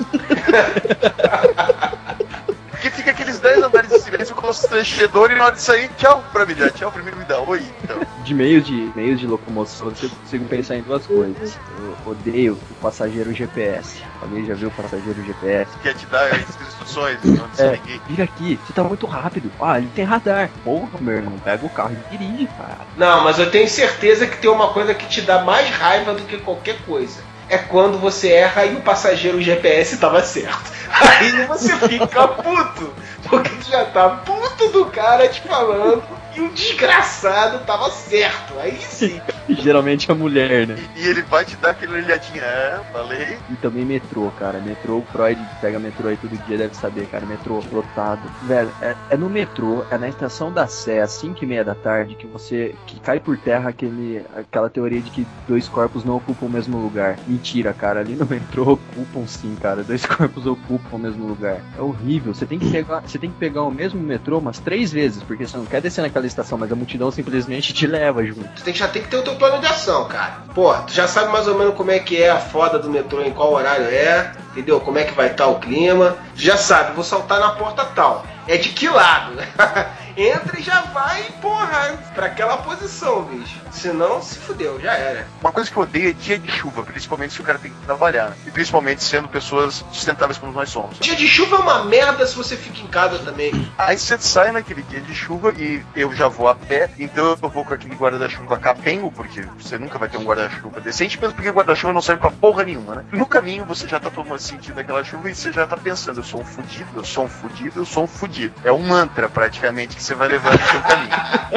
[SPEAKER 6] Porque fica aqueles 10 andares de silêncio constrangedor e na hora de sair, tchau pra mim, tchau, primeiro me dá oi. Então.
[SPEAKER 3] De meios de locomoção, eu consigo pensar em duas coisas. Eu odeio o passageiro GPS. Alguém já viu o passageiro GPS?
[SPEAKER 6] Quer te dar as instruções de onde você liga.
[SPEAKER 3] Vira aqui, você tá muito rápido. Ah, ele tem radar. Porra, meu irmão, pega o carro e dirige, cara.
[SPEAKER 2] Não, mas eu tenho certeza que tem uma coisa que te dá mais raiva do que qualquer coisa. É quando você erra e o passageiro GPS tava certo. Aí você fica puto. Porque tu já tá puto do cara te falando e o desgraçado tava certo. Aí sim.
[SPEAKER 3] Geralmente é a mulher, né?
[SPEAKER 6] E ele vai te dar aquele olhadinho, falei.
[SPEAKER 3] E também metrô, cara. Metrô, o Freud pega metrô aí todo dia, deve saber, cara. Metrô lotado. Velho, é no metrô, é na estação da Sé, às 5:30 da tarde, que cai por terra aquela teoria de que dois corpos não ocupam o mesmo lugar. Mentira, cara. Ali no metrô ocupam sim, cara. Dois corpos ocupam o mesmo lugar. É horrível. Você tem que pegar o mesmo metrô umas 3 vezes, porque você não quer descer naquela estação, mas a multidão simplesmente te leva junto.
[SPEAKER 2] Tu já tem que ter o teu plano de ação, cara. Pô, tu já sabe mais ou menos como é que é a foda do metrô, em qual horário é, entendeu? Como é que vai estar o clima. Tu já sabe, vou saltar na porta tal. É de que lado? Entra e já vai, porra, pra aquela posição, bicho. Senão, se fudeu, já era.
[SPEAKER 6] Uma coisa que eu odeio é dia de chuva, principalmente se o cara tem que trabalhar, né? E principalmente sendo pessoas sustentáveis como nós somos.
[SPEAKER 2] Dia de chuva é uma merda se você fica em casa também.
[SPEAKER 6] Aí você sai naquele dia de chuva e eu já vou a pé, então eu vou com aquele guarda-chuva capengo, porque você nunca vai ter um guarda-chuva decente, mesmo porque guarda-chuva não serve pra porra nenhuma, né? No caminho você já tá tomando sentido daquela chuva e você já tá pensando, eu sou um fudido, eu sou um fudido, eu sou um fudido. É um mantra praticamente que você vai levar no seu caminho.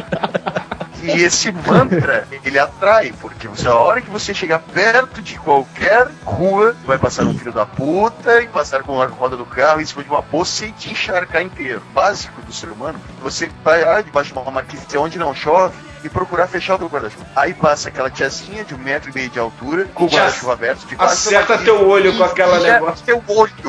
[SPEAKER 6] E esse mantra, ele atrai, porque a hora que você chegar perto de qualquer rua, vai passar um filho da puta e passar com a roda do carro em cima de uma poça e te encharcar inteiro. Básico do ser humano, você vai lá debaixo de uma marquise onde não chove e procurar fechar o teu guarda-chuva. Aí passa aquela tiazinha de 1,5 metro de altura, com o guarda-chuva aberto, de
[SPEAKER 2] acerta teu olho com aquela negócio.
[SPEAKER 6] Teu olho.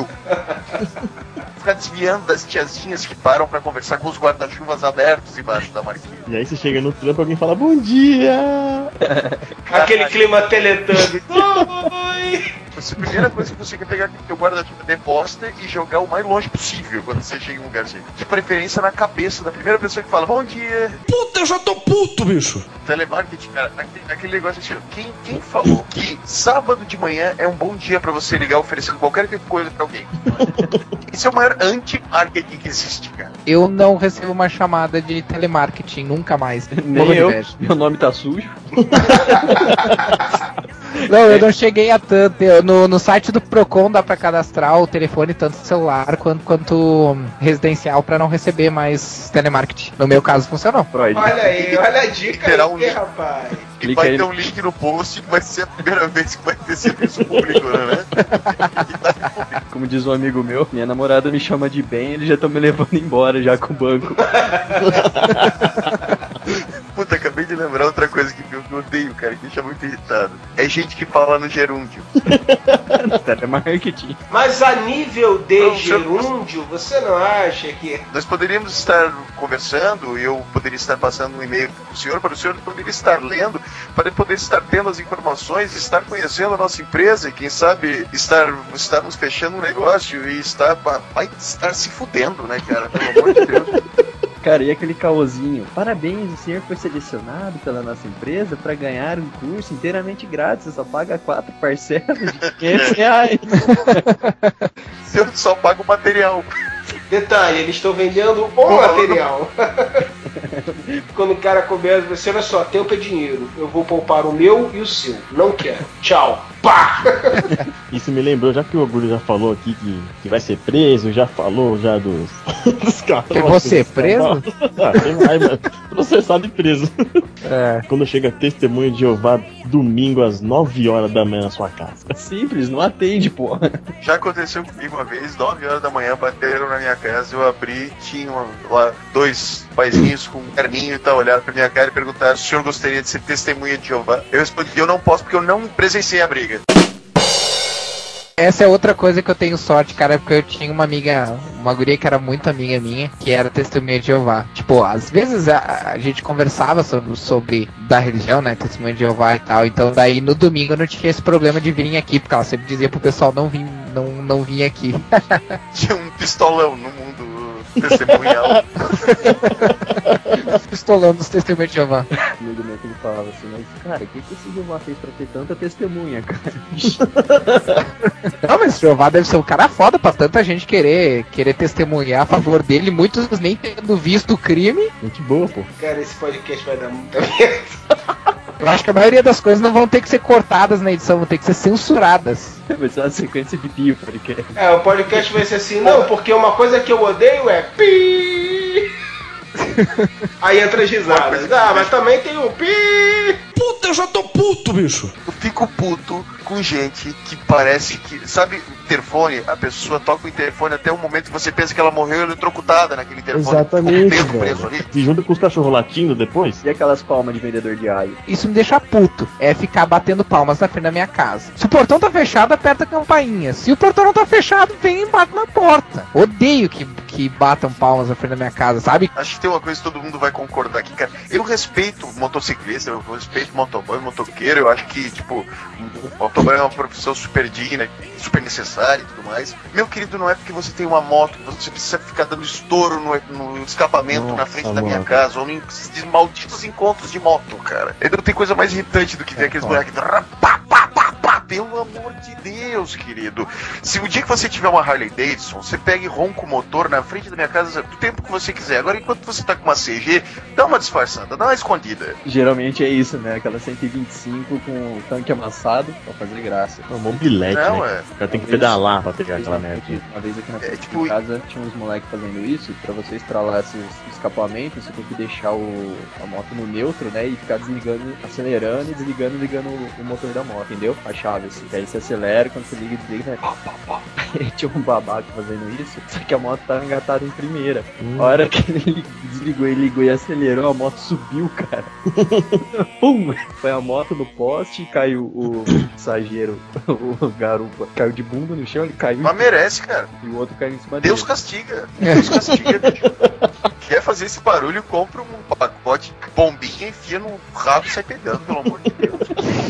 [SPEAKER 6] Ficar desviando das tiazinhas que param pra conversar com os guarda-chuvas abertos embaixo da marquise.
[SPEAKER 5] E aí você chega no trampo e alguém fala, bom dia!
[SPEAKER 2] Aquele clima Teletubbies. Oi!
[SPEAKER 6] A primeira coisa que você quer pegar aquele teu guarda-chuva de bosta e jogar o mais longe possível quando você chega em um lugar assim. De preferência na cabeça da primeira pessoa que fala, bom dia!
[SPEAKER 7] Puta, eu já tô puto, bicho!
[SPEAKER 6] Telemarketing, cara, aquele negócio assim, quem falou que sábado de manhã é um bom dia pra você ligar oferecendo qualquer tipo de coisa pra alguém? Isso é o maior anti-marketing que existe, cara.
[SPEAKER 4] Eu não recebo uma chamada de telemarketing, nunca mais.
[SPEAKER 3] Nem eu, meu nome tá sujo.
[SPEAKER 4] Não, eu não cheguei a tanto. No site do Procon dá pra cadastrar o telefone, tanto celular quanto residencial, pra não receber mais telemarketing. No meu caso funcionou.
[SPEAKER 2] Olha aí, olha a dica aí, rapaz.
[SPEAKER 6] E vai ter um link no post que vai ser a primeira vez que vai ter serviço público, né?
[SPEAKER 3] Como diz um amigo meu, minha namorada me chama de bem, eles já estão me levando embora já com o banco.
[SPEAKER 6] Puta, acabei de lembrar outra coisa que eu odeio, cara, que me deixa muito irritado. É gente que fala no gerúndio.
[SPEAKER 3] Telemarketing.
[SPEAKER 2] Mas a nível de gerúndio, você não acha que...
[SPEAKER 6] Nós poderíamos estar conversando e eu poderia estar passando um e-mail para o senhor poderia estar lendo, para poder estar tendo as informações, estar conhecendo a nossa empresa e quem sabe estarmos fechando um negócio e vai estar se fudendo, né, cara? Pelo amor de Deus.
[SPEAKER 3] Cara, e aquele caosinho? Parabéns, o senhor foi selecionado pela nossa empresa para ganhar um curso inteiramente grátis. Você só paga 4 parcelas de R$500.
[SPEAKER 6] Eu só pago o material.
[SPEAKER 2] Detalhe, eles estão vendendo o material. Quando o cara começa, você olha só, tempo é dinheiro. Eu vou poupar o meu e o seu. Não quero. Tchau. Pá!
[SPEAKER 5] Isso me lembrou, já que o Orgulho já falou aqui que vai ser preso, já falou já dos caras.
[SPEAKER 4] Que você preso?
[SPEAKER 5] Tem mais, mano. Processado e preso. É. Quando chega testemunho de Jeová domingo às 9 horas da manhã na sua casa.
[SPEAKER 3] Simples, não atende, pô.
[SPEAKER 6] Já aconteceu comigo uma vez, 9 horas da manhã, bateram na minha casa, eu abri, tinha lá 2 paizinhos com um terninho e tal, olharam pra minha cara e perguntaram se o senhor gostaria de ser testemunha de Jeová. Eu respondi, eu não posso porque eu não presenciei a briga.
[SPEAKER 4] Essa é outra coisa que eu tenho sorte, cara, porque eu tinha uma guria que era muito amiga minha, que era testemunha de Jeová. Tipo, às vezes a gente conversava sobre da religião, né, testemunha de Jeová e tal, então daí no domingo eu não tinha esse problema de virem aqui, porque ela sempre dizia pro pessoal não não vim aqui.
[SPEAKER 6] Tinha um pistolão no mundo testemunhal.
[SPEAKER 4] Pistolando os testemunhos de Jeová.
[SPEAKER 3] O amigo meu que ele falava assim, mas cara, o que esse Jeová fez pra ter tanta testemunha, cara?
[SPEAKER 4] Não, mas o Jeová deve ser um cara foda pra tanta gente querer testemunhar a favor dele, muitos nem tendo visto o crime.
[SPEAKER 5] Gente boa, pô.
[SPEAKER 2] Cara, esse podcast vai dar muita merda.
[SPEAKER 4] Eu acho que a maioria das coisas não vão ter que ser cortadas na edição, vão ter que ser censuradas.
[SPEAKER 3] Vai ser uma sequência de pio, porque...
[SPEAKER 2] O podcast vai ser assim, não, porque uma coisa que eu odeio é pi. Aí entra as risadas. Mas também tem o pi.
[SPEAKER 7] Puta, eu já tô puto, bicho.
[SPEAKER 6] Eu fico puto com gente que parece que... Sabe, interfone, a pessoa toca o interfone até o momento que você pensa que ela morreu eletrocutada naquele interfone.
[SPEAKER 5] Exatamente,
[SPEAKER 6] Preso ali.
[SPEAKER 5] Se junta com os cachorros latindo depois.
[SPEAKER 3] E aquelas palmas de vendedor de alho?
[SPEAKER 4] Isso me deixa puto, é ficar batendo palmas na frente da minha casa. Se o portão tá fechado, aperta a campainha. Se o portão não tá fechado, vem e bate na porta. Odeio que batam palmas na frente da minha casa, sabe?
[SPEAKER 6] Acho que tem uma coisa que todo mundo vai concordar aqui, cara. Eu respeito motociclista, eu respeito motoboy, motoqueiro. Eu acho que, tipo, o motoboy é uma profissão super digna, super necessária e tudo mais. Meu querido, não é porque você tem uma moto, você precisa ficar dando estouro no escapamento na frente da minha casa, ou em malditos encontros de moto, cara. Não tem coisa mais irritante do que ver aqueles moleques. Pelo amor de Deus, querido. Se o dia que você tiver uma Harley Davidson, você pega e ronca o motor na frente da minha casa do tempo que você quiser. Agora, enquanto você tá com uma CG, dá uma disfarçada, dá uma escondida.
[SPEAKER 3] Geralmente é isso, né? Aquela 125 com o tanque amassado pra fazer graça.
[SPEAKER 5] É um mobilete,
[SPEAKER 6] Não,
[SPEAKER 5] né? O cara tem que pedalar pra pegar aquela merda.
[SPEAKER 3] Uma vez aqui na frente de casa tinha uns moleques fazendo isso. Pra você estralar esses escapamentos, você tem que deixar a moto no neutro, né? E ficar desligando, acelerando e desligando e ligando o motor da moto, entendeu? A chave, assim. Que aí você acelera, quando você liga e desliga, né? Pá, pá, pá. Tinha um babaca fazendo isso, só que a moto tava engatada em primeira. A hora que ele desligou e ligou e acelerou, a moto subiu, cara. Pum! Foi a moto no poste e caiu o passageiro, o garupa. Caiu de bunda no chão, ele caiu.
[SPEAKER 6] Mas merece, cara.
[SPEAKER 3] E o outro caiu em cima
[SPEAKER 6] Deus
[SPEAKER 3] dele.
[SPEAKER 6] castiga. Deus castiga, bicho. Quer fazer esse barulho, compra um pacote de bombinha, enfia no rabo e sai pegando, pelo amor de Deus.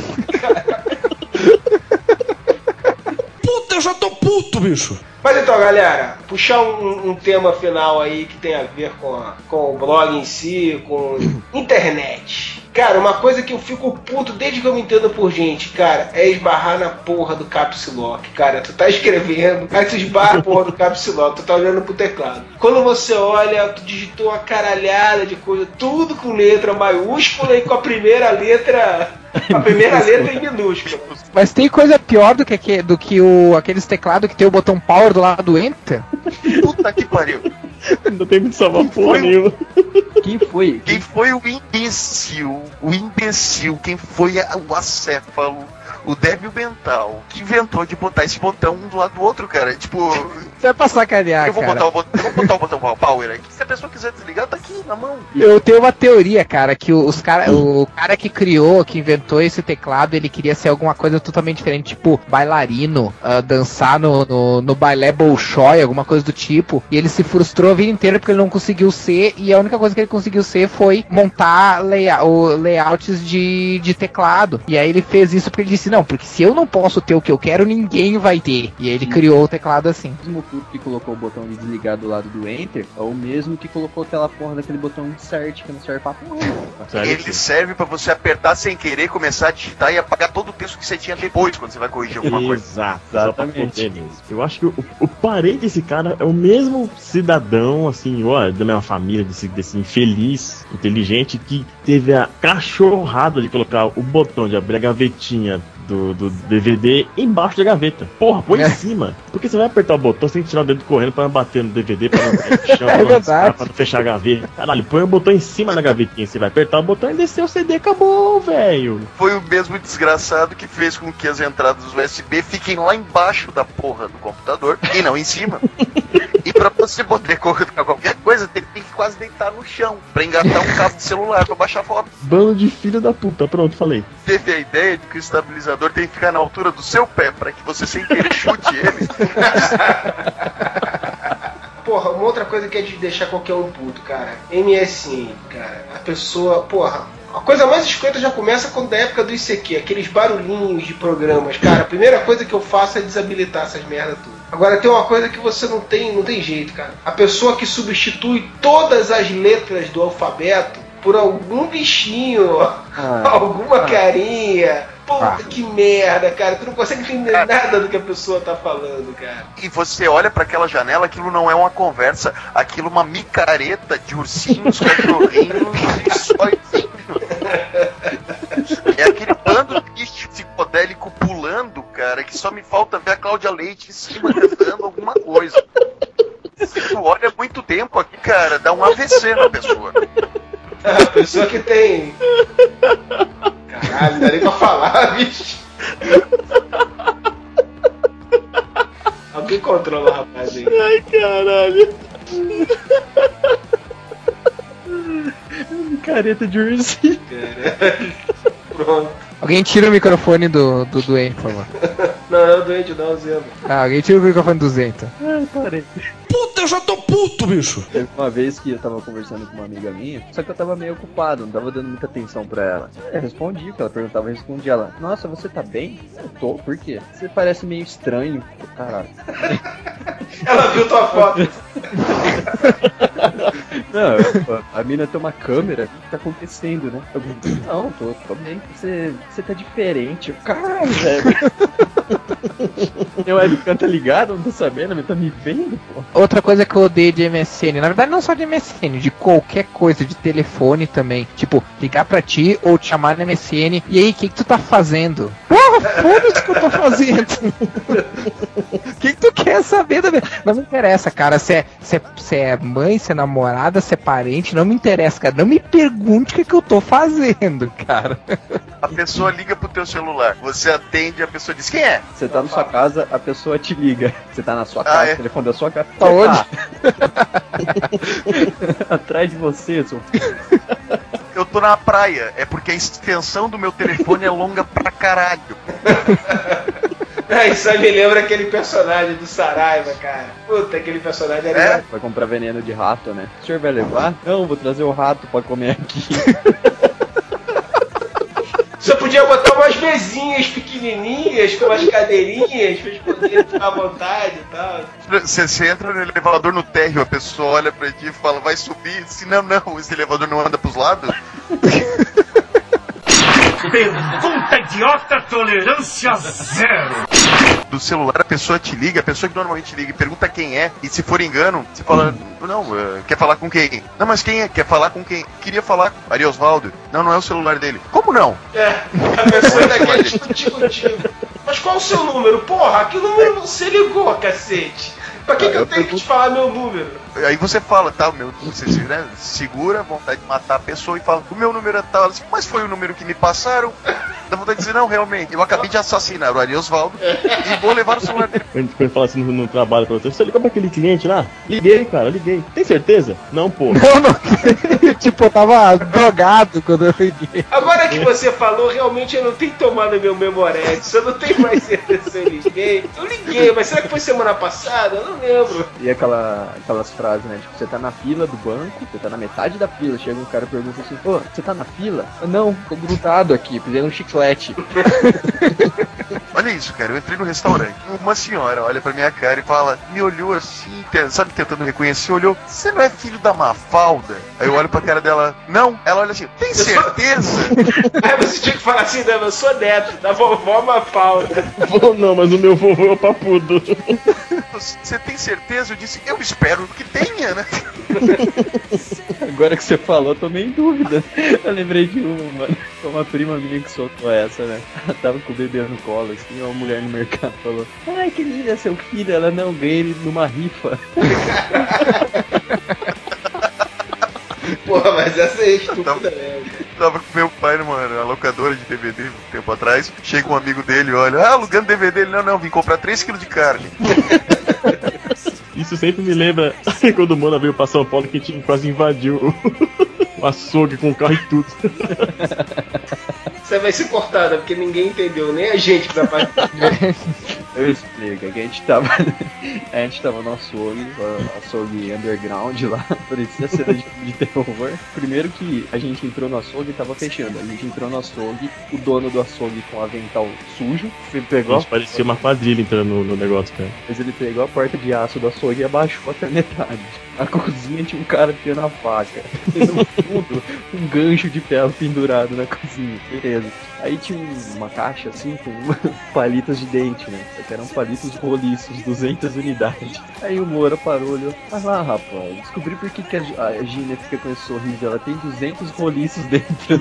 [SPEAKER 7] Puta, eu já tô puto, bicho.
[SPEAKER 2] Mas então, galera, puxar um tema final aí que tem a ver com o blog em si, com internet. Cara, uma coisa que eu fico puto desde que eu me entendo por gente, cara, é esbarrar na porra do caps lock. Cara, tu tá escrevendo, aí tu esbarra a porra do caps lock, tu tá olhando pro teclado. Quando você olha, tu digitou uma caralhada de coisa, tudo com letra maiúscula e com a primeira letra... A primeira letra em minúscula.
[SPEAKER 4] Mas tem coisa pior do que aqueles teclados que tem o botão power do lado do enter?
[SPEAKER 6] Puta que pariu.
[SPEAKER 5] Não tem muito salvar porra nenhuma.
[SPEAKER 3] Quem foi?
[SPEAKER 6] Quem foi o imbecil? O imbecil, quem foi o acéfalo, o débil mental, que inventou de botar esse botão um do lado do outro, cara? Tipo...
[SPEAKER 4] Você vai pra sacanear,
[SPEAKER 6] eu vou
[SPEAKER 4] cara.
[SPEAKER 6] botar o botão power aqui. Se a pessoa quiser desligar, tá aqui na mão.
[SPEAKER 4] Eu tenho uma teoria, cara, que o cara que criou, que inventou esse teclado, ele queria ser alguma coisa totalmente diferente, tipo bailarino, dançar no balé Bolshoi, alguma coisa do tipo, e ele se frustrou a vida inteira porque ele não conseguiu ser, e a única coisa que ele conseguiu ser foi montar layouts de teclado. E aí ele fez isso porque ele disse, não, porque se eu não posso ter o que eu quero, ninguém vai ter. E aí ele criou o teclado assim.
[SPEAKER 3] O mesmo que colocou o botão de desligar do lado do Enter é o mesmo que colocou aquela porra daquele botão insert que não serve pra porra.
[SPEAKER 6] Ele serve pra você apertar sem querer, começar a digitar e apagar todo o texto que você tinha depois, quando você vai corrigir alguma coisa.
[SPEAKER 5] Exatamente. Eu acho que o parente desse cara é o mesmo cidadão, assim, ó, da minha família, desse infeliz, inteligente, que teve a cachorrada de colocar o botão de abrir a gavetinha do DVD embaixo da gaveta. Porra, põe em cima. Porque você vai apertar o botão, você tem que tirar o dedo correndo pra não bater no DVD, pra não cair no chão, pra não fechar a gaveta. Caralho, põe o botão em cima da gavetinha. Você vai apertar o botão e descer o CD, acabou, velho.
[SPEAKER 6] Foi o mesmo desgraçado que fez com que as entradas USB fiquem lá embaixo da porra do computador e não em cima. E pra você poder colocar qualquer coisa, tem que quase deitar no chão pra engatar um cabo de celular pra baixar foto.
[SPEAKER 5] Bando de filho da puta, pronto, falei.
[SPEAKER 6] Teve a ideia de que o estabilizador tem que ficar na altura do seu pé pra que você sem querer chute ele.
[SPEAKER 2] Porra, uma outra coisa que é de deixar qualquer um puto, cara. MSN, cara. A pessoa, porra, A coisa mais escrota já começa quando da época do ICQ, aqueles barulhinhos de programas. Cara, a primeira coisa que eu faço é desabilitar essas merdas tudo. Agora tem uma coisa que você não tem jeito, cara. A pessoa que substitui todas as letras do alfabeto por algum bichinho, alguma carinha. Puta que merda, cara. Tu não consegue entender nada do que a pessoa tá falando, cara.
[SPEAKER 6] E você olha pra aquela janela, aquilo não é uma conversa, aquilo é uma micareta de ursinhos, cachorrinhos e sóizinho. É aquele bando de bicho psicodélico pulando, cara, que só me falta ver a Cláudia Leite em cima cantando alguma coisa. Se tu olha muito tempo aqui, cara, dá um AVC na pessoa.
[SPEAKER 2] A pessoa que tem... Caralho, não dá nem pra falar, bicho. Alguém controla o rapaz aí.
[SPEAKER 5] Ai, caralho. Careta de ursinho.
[SPEAKER 2] Caralho. Pronto.
[SPEAKER 4] Alguém tira o microfone do doente, por favor.
[SPEAKER 2] Não, é o doente, não, o Zeno.
[SPEAKER 4] Alguém tira o microfone do Zento.
[SPEAKER 5] Ai, parei.
[SPEAKER 7] Puta, eu já tô puto, bicho.
[SPEAKER 3] Teve uma vez que eu tava conversando com uma amiga minha, só que eu tava meio ocupado, não tava dando muita atenção pra ela. Eu respondi, que ela perguntava, eu respondi ela: nossa, você tá bem? Eu tô, por quê? Você parece meio estranho. Caralho.
[SPEAKER 2] Ela viu tua foto.
[SPEAKER 3] Não, a mina tem uma câmera, o que tá acontecendo, né? Eu, não, tô bem. Você tá diferente. Caralho, velho. Meu webcam tá ligado, não tô sabendo, mas tá me vendo, pô.
[SPEAKER 4] Outra coisa que eu odeio de MSN, na verdade não só de MSN, de qualquer coisa, de telefone também. Tipo, ligar pra ti ou te chamar no MSN, e aí, o que tu tá fazendo? Porra, foda-se o que eu tô fazendo. O que tu quer saber da minha... Não me interessa, cara, se é mãe, se é namorada, se é parente, não me interessa, cara. Não me pergunte o que eu tô fazendo, cara.
[SPEAKER 6] A pessoa liga pro teu celular, você atende, a pessoa diz: quem é?
[SPEAKER 3] Você tá na sua casa, a pessoa te liga. Você tá na sua casa, o telefone da sua casa.
[SPEAKER 4] Tá onde?
[SPEAKER 3] Atrás de você, seu...
[SPEAKER 6] Eu tô na praia, é porque a extensão do meu telefone é longa pra caralho.
[SPEAKER 2] Isso aí me lembra aquele personagem do Saraiva, cara. Puta, aquele personagem era...
[SPEAKER 3] Vai comprar veneno de rato, né? O senhor vai levar? Não, vou trazer o rato pra comer aqui.
[SPEAKER 2] Você podia botar umas mesinhas pequenininhas, com umas cadeirinhas, pra eles poderem ficar à vontade e tal.
[SPEAKER 6] Você entra no elevador no térreo, a pessoa olha pra ti e fala: vai subir? Se não, esse elevador não anda pros lados.
[SPEAKER 8] Pergunta idiota, tolerância zero.
[SPEAKER 6] Do celular a pessoa te liga, a pessoa que normalmente liga, pergunta quem é, e se for engano, você fala: não, quer falar com quem? Não, mas quem é? Quer falar com quem? Queria falar com Ari Osvaldo. Não é o celular dele. Como não?
[SPEAKER 2] A pessoa ainda quer discutir contigo. Mas qual o seu número? Porra, que número você ligou, cacete? Pra que eu tenho que te falar meu número?
[SPEAKER 6] Aí você fala, tá, você né, segura a vontade de matar a pessoa e fala: o meu número é tal. Assim, mas foi o número que me passaram. Dá vontade de dizer: não, realmente, eu acabei de assassinar o Ari Osvaldo e vou levar o celular dele.
[SPEAKER 5] Quando ele fala assim no trabalho pra você ligou pra aquele cliente lá? Liguei, cara, liguei. Tem certeza? Não, pô.
[SPEAKER 4] Não. Tipo, eu tava drogado quando eu liguei.
[SPEAKER 2] Agora que você falou, realmente eu não tenho tomado meu Memorex. Eu não tenho mais certeza se eu liguei. Eu liguei, mas será que foi semana passada? Eu não lembro.
[SPEAKER 3] E aquelas frases, né? Tipo, você tá na fila do banco, você tá na metade da fila, chega um cara e pergunta assim: pô, você tá na fila? Não, tô grudado aqui, pedindo um chiclete.
[SPEAKER 6] Olha isso, cara, eu entrei no restaurante, uma senhora olha pra minha cara e fala, me olhou assim, sabe, tentando reconhecer, olhou: você não é filho da Mafalda? Aí eu olho pra cara dela: não. Ela olha assim: tem certeza?
[SPEAKER 2] Aí você tinha que falar assim: não, eu sou neto da vovó Mafalda.
[SPEAKER 5] Não, mas o meu vovô é o Papudo.
[SPEAKER 6] Você tem certeza? Eu disse: eu espero que tenha, né?
[SPEAKER 3] Agora que você falou, eu tô meio em dúvida. Eu lembrei de uma prima minha que soltou essa, né? Ela tava com o bebê no colo, assim, uma mulher no mercado falou: ai, que lindo é seu filho. Ela: não, ganhei ele numa rifa.
[SPEAKER 2] Porra, mas essa é estúpida, né?
[SPEAKER 6] Tava com meu pai numa locadora de DVD um tempo atrás. Chega um amigo dele, olha: alugando DVD. Ele: não, vim comprar 3 kg de carne.
[SPEAKER 5] Isso sempre me lembra quando o Mona veio pra São Paulo, que a gente quase invadiu o açougue com o carro e tudo.
[SPEAKER 2] Você vai ser cortada, porque ninguém entendeu, nem a gente que tá participando.
[SPEAKER 3] Eu explico, é que a gente tava no açougue underground lá, parecia cena de terror. Primeiro que a gente entrou no açougue e tava fechando. A gente entrou no açougue, o dono do açougue com o avental sujo, pegou.
[SPEAKER 5] Isso parecia uma quadrilha entrando no negócio, cara.
[SPEAKER 3] Mas ele pegou a porta de aço do açougue e abaixou até a metade. Na cozinha tinha um cara tendo a faca. E no fundo, um gancho de ferro pendurado na cozinha. Beleza. Aí tinha uma caixa assim com palitas de dente, né? Só que eram palitos roliços, 200 unidades. Aí o Moura parou, olhou. Ah lá, rapaz, descobri por que a Gina fica com esse sorriso. Ela tem 200 roliços dentro.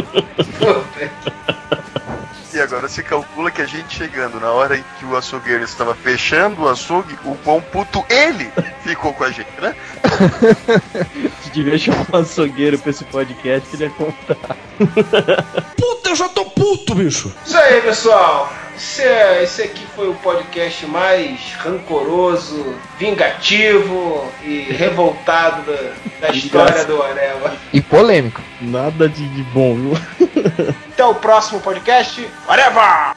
[SPEAKER 6] E agora se calcula que a gente chegando na hora em que o açougueiro estava fechando o açougue, o quão puto ele ficou com a gente, né?
[SPEAKER 3] Você devia chamar um açougueiro pra esse podcast que ele ia contar.
[SPEAKER 7] Puta, eu já tô puto, bicho!
[SPEAKER 2] Isso aí, pessoal. Esse aqui foi o podcast mais rancoroso, vingativo e revoltado da história do Areva.
[SPEAKER 4] E polêmico.
[SPEAKER 5] Nada de bom, viu?
[SPEAKER 2] Até o próximo podcast. Areva!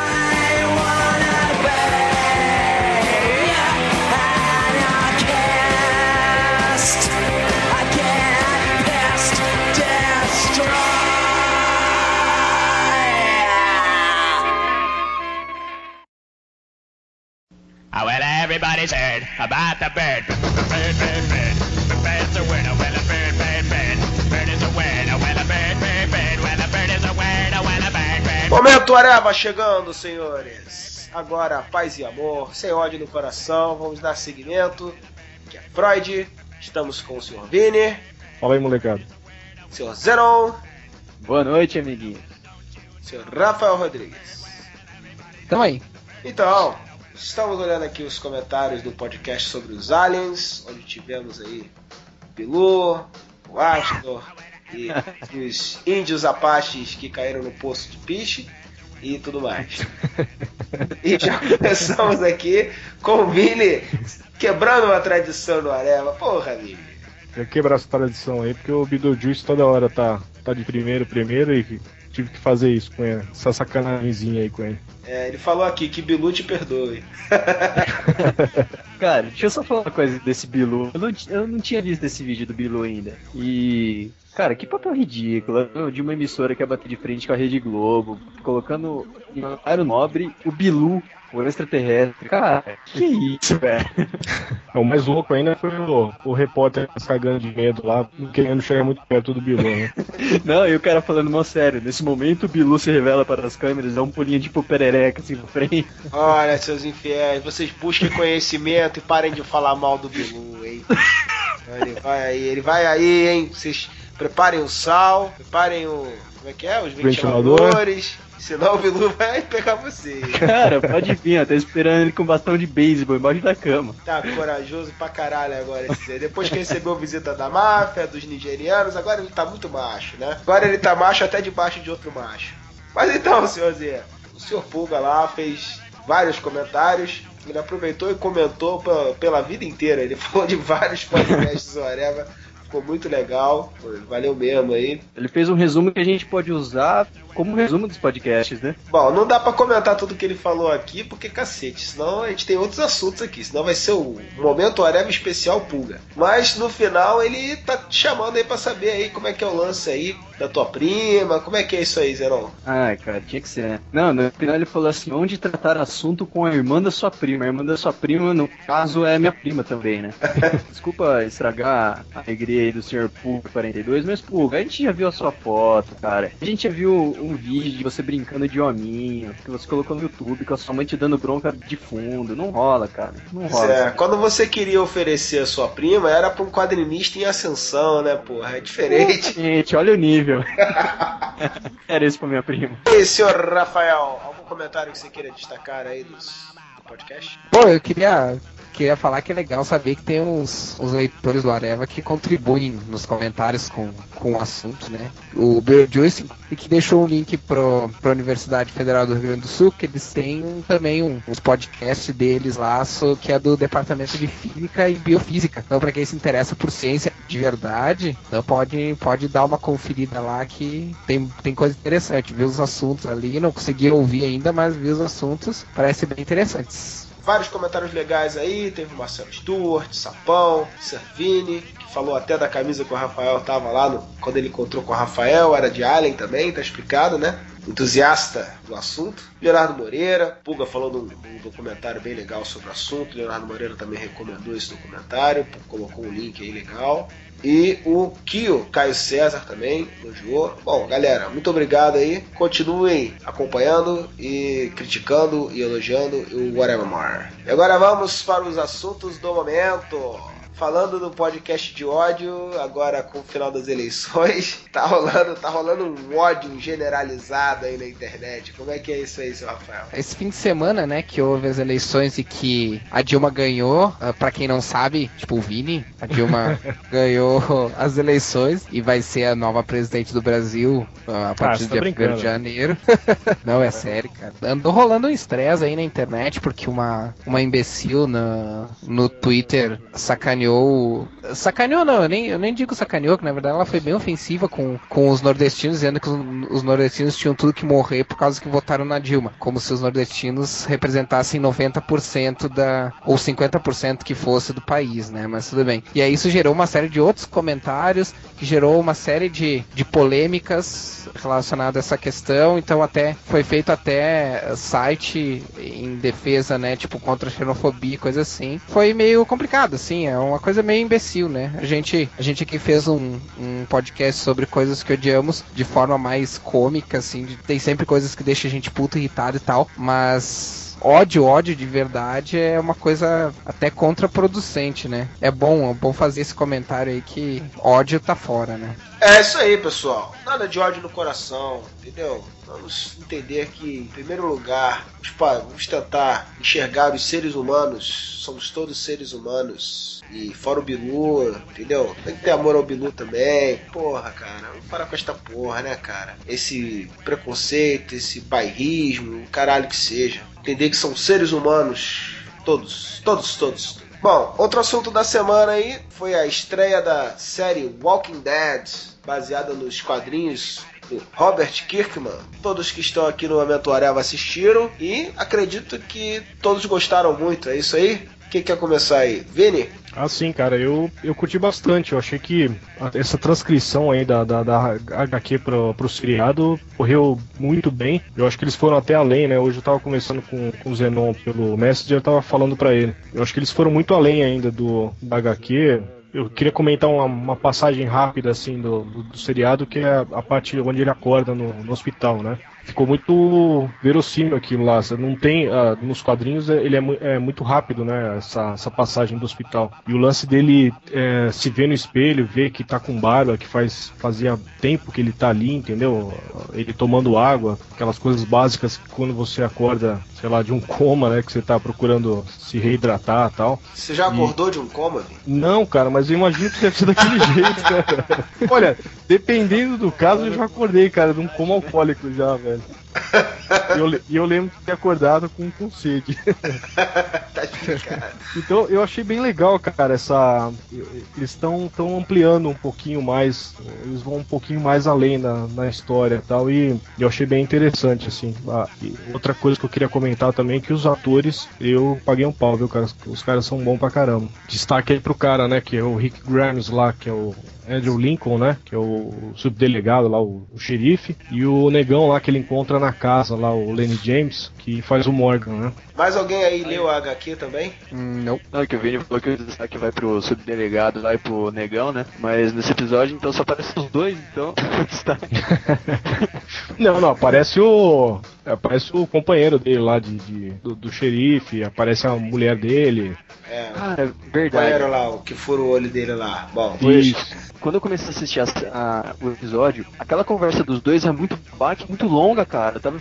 [SPEAKER 10] Oh, well, everybody's heard about the bird. Bird, bird, bird. The bird's a word. Oh, well, a bird, bird, bird. Bird is a word. Oh, well, a bird, bird, bird. Well, a bird is a word. Oh, well, a bird, bird.
[SPEAKER 2] Momento Areva chegando, senhores. Agora, paz e amor, sem ódio no coração. Vamos dar seguimento. Que é Freud. Estamos com o Sr. Vini.
[SPEAKER 5] Fala aí, molecada.
[SPEAKER 2] Sr. Zeron.
[SPEAKER 3] Boa noite, amiguinhos.
[SPEAKER 2] Sr. Rafael Rodrigues.
[SPEAKER 4] Então aí.
[SPEAKER 2] Então, estamos olhando aqui os comentários do podcast sobre os aliens, onde tivemos aí o Bilu, o Astor e os índios apaches que caíram no poço de piche e tudo mais. E já começamos aqui com o Vini quebrando uma tradição do Areva. Porra, Vini.
[SPEAKER 11] Eu quebrar essa tradição aí, porque o Beetlejuice toda hora tá de primeiro e tive que fazer isso com ele, essa sacanagemzinha aí com ele.
[SPEAKER 2] É, ele falou aqui que Bilu te perdoe.
[SPEAKER 3] Cara, deixa eu só falar uma coisa desse Bilu. Eu não tinha visto esse vídeo do Bilu ainda. E, cara, que papel ridículo de uma emissora que ia bater de frente com a Rede Globo, colocando em horário nobre o Bilu, o extraterrestre. Cara, que isso, velho?
[SPEAKER 11] O mais louco ainda foi o repórter cagando de medo lá, não querendo chegar muito perto do Bilu, né?
[SPEAKER 3] Não, e o cara falando mó sério. Nesse momento o Bilu se revela para as câmeras, dá um pulinho tipo perereca assim pra frente.
[SPEAKER 2] Olha, seus infiéis, vocês busquem conhecimento e parem de falar mal do Bilu, hein? Ele vai aí, hein? Vocês preparem o sal, preparem o... Como é que é? Os ventiladores. Senão o Bilu vai pegar você.
[SPEAKER 3] Cara, pode vir, ó, tá esperando ele com bastão de beisebol embaixo da cama.
[SPEAKER 2] Tá corajoso pra caralho agora esse aí. Depois que recebeu visita da máfia, dos nigerianos, agora ele tá muito macho, né? Agora ele tá macho até debaixo de outro macho. Mas então, senhor Zé, o senhor Pulga lá fez vários comentários. Ele aproveitou e comentou pela vida inteira. Ele falou de vários podcasts do Areva. Ficou muito legal, valeu mesmo aí.
[SPEAKER 3] Ele fez um resumo que a gente pode usar como resumo dos podcasts, né?
[SPEAKER 2] Bom, não dá pra comentar tudo que ele falou aqui, porque cacete, senão a gente tem outros assuntos aqui, senão vai ser o Momento Areva Especial Pulga. Mas no final ele tá te chamando aí pra saber aí como é que é o lance aí da tua prima, como é que é isso aí, Zeron?
[SPEAKER 3] Ai, cara, tinha que ser, né? Não, no final ele falou assim, onde tratar assunto com a irmã da sua prima. A irmã da sua prima, no caso, é minha prima também, né? Desculpa estragar a alegria aí do Sr. Pulga 42, mas Pulga, a gente já viu a sua foto, cara. A gente já viu um vídeo de você brincando de hominho, que você colocou no YouTube, com a sua mãe te dando bronca de fundo. Não rola, cara. Não rola.
[SPEAKER 2] É, quando você queria oferecer a sua prima, era pra um quadrinista em ascensão, né, porra? É diferente.
[SPEAKER 3] Gente, olha o nível. Era isso pra minha prima.
[SPEAKER 2] E senhor Rafael, algum comentário que você queira destacar aí do podcast?
[SPEAKER 4] Pô, eu queria queria falar que é legal saber que tem uns leitores do Areva que contribuem nos comentários com o assunto, né? O Beetlejuice, e que deixou um link pra Universidade Federal do Rio Grande do Sul, que eles têm também uns podcasts deles lá, que é do Departamento de Física e Biofísica. Então, pra quem se interessa por ciência de verdade, então pode dar uma conferida lá que tem coisa interessante. Ver os assuntos ali, não consegui ouvir ainda, mas ver os assuntos parece bem interessantes.
[SPEAKER 2] Vários comentários legais aí, teve o Marcelo Stuart, Sapão, Servini, que falou até da camisa que o Rafael tava lá quando ele encontrou com o Rafael, era de Alien também, tá explicado, né? Entusiasta do assunto. Leonardo Moreira, Puga falou de um documentário bem legal sobre o assunto, Leonardo Moreira também recomendou esse documentário, colocou um link aí legal. E o Caio César também elogiou. Bom, galera, muito obrigado aí. Continuem acompanhando e criticando e elogiando o Whatever More. E agora vamos para os assuntos do momento. Falando do podcast de ódio, agora com o final das eleições, tá rolando um ódio generalizado aí na internet. Como é que é isso aí, seu Rafael?
[SPEAKER 4] Esse fim de semana, né, que houve as eleições e que a Dilma ganhou, pra quem não sabe, tipo o Vini, a Dilma ganhou as eleições e vai ser a nova presidente do Brasil a partir do dia 1º de janeiro. Não, é sério, cara. Andou rolando um estresse aí na internet porque uma imbecil no Twitter sacaneou não, eu nem digo sacaneou, que na verdade ela foi bem ofensiva com os nordestinos, dizendo que os nordestinos tinham tudo que morrer por causa que votaram na Dilma, como se os nordestinos representassem 90% ou 50% que fosse do país, né, mas tudo bem. E aí isso gerou uma série de outros comentários, que gerou uma série de polêmicas relacionadas a essa questão, então foi feito até site em defesa, né, tipo contra a xenofobia e coisa assim. Foi meio complicado, assim, é uma coisa meio imbecil, né? A gente aqui fez um podcast sobre coisas que odiamos de forma mais cômica, assim, tem sempre coisas que deixam a gente puto, irritado e tal, mas ódio de verdade é uma coisa até contraproducente, né? É bom fazer esse comentário aí que ódio tá fora, né?
[SPEAKER 2] É isso aí, pessoal. Nada de ódio no coração, entendeu? Vamos entender que, em primeiro lugar, vamos tentar enxergar os seres humanos. Somos todos seres humanos. E fora o Bilu, entendeu? Tem que ter amor ao Bilu também. Porra, cara, vamos parar com esta porra, né, cara? Esse preconceito, esse bairrismo, o caralho que seja. Entender que são seres humanos. Todos. Bom, outro assunto da semana aí foi a estreia da série Walking Dead, baseada nos quadrinhos do Robert Kirkman. Todos que estão aqui no Momento Areva assistiram e acredito que todos gostaram muito, é isso aí? Quem quer começar aí? Vini?
[SPEAKER 11] Ah, sim, cara, eu curti bastante. Eu achei que essa transcrição aí da HQ pro seriado correu muito bem. Eu acho que eles foram até além, né? Hoje eu tava conversando com o Zenon pelo Messenger, eu tava falando pra ele. Eu acho que eles foram muito além ainda da HQ. Eu queria comentar uma passagem rápida, assim, do seriado, que é a parte onde ele acorda no hospital, né? Ficou muito verossímil aquilo lá. Você não tem, nos quadrinhos ele é muito rápido, né? Essa passagem do hospital. E o lance dele se ver no espelho, ver que tá com barba, que fazia tempo que ele tá ali, entendeu? Ele tomando água, aquelas coisas básicas que quando você acorda, sei lá, de um coma, né? Que você tá procurando se reidratar e tal.
[SPEAKER 2] Você já acordou de um coma, Vini?
[SPEAKER 11] Não, cara, mas eu imagino que deve ser daquele jeito, cara. Olha, dependendo do caso, eu já acordei, cara, de um coma alcoólico já, velho. E eu lembro de ter acordado com sede.
[SPEAKER 2] Tá explicado.
[SPEAKER 11] Então eu achei bem legal, cara, eles estão ampliando um pouquinho mais, eles vão um pouquinho mais além na história e tal, e eu achei bem interessante, assim. E outra coisa que eu queria comentar também é que os atores, eu paguei um pau, viu, cara? Os caras são bons pra caramba. Destaque aí pro cara, né, que é o Rick Grimes lá, que é o Andrew Lincoln, né, que é o subdelegado lá, o xerife, e o negão lá que ele encontra na casa lá, o Lenny James, que faz o Morgan, né.
[SPEAKER 2] Mais alguém aí leu a HQ também?
[SPEAKER 3] Não, que o Vini falou que o destaque vai pro subdelegado lá e pro negão, né, mas nesse episódio então só aparecem os dois, então destaque.
[SPEAKER 11] Não, aparece o companheiro dele lá do xerife, aparece a mulher dele.
[SPEAKER 3] É verdade.
[SPEAKER 2] Companheiro lá, o que fura o olho dele lá. Bom,
[SPEAKER 3] isso. Quando eu comecei a assistir o episódio, aquela conversa dos dois é muito longa, cara. Tava ficando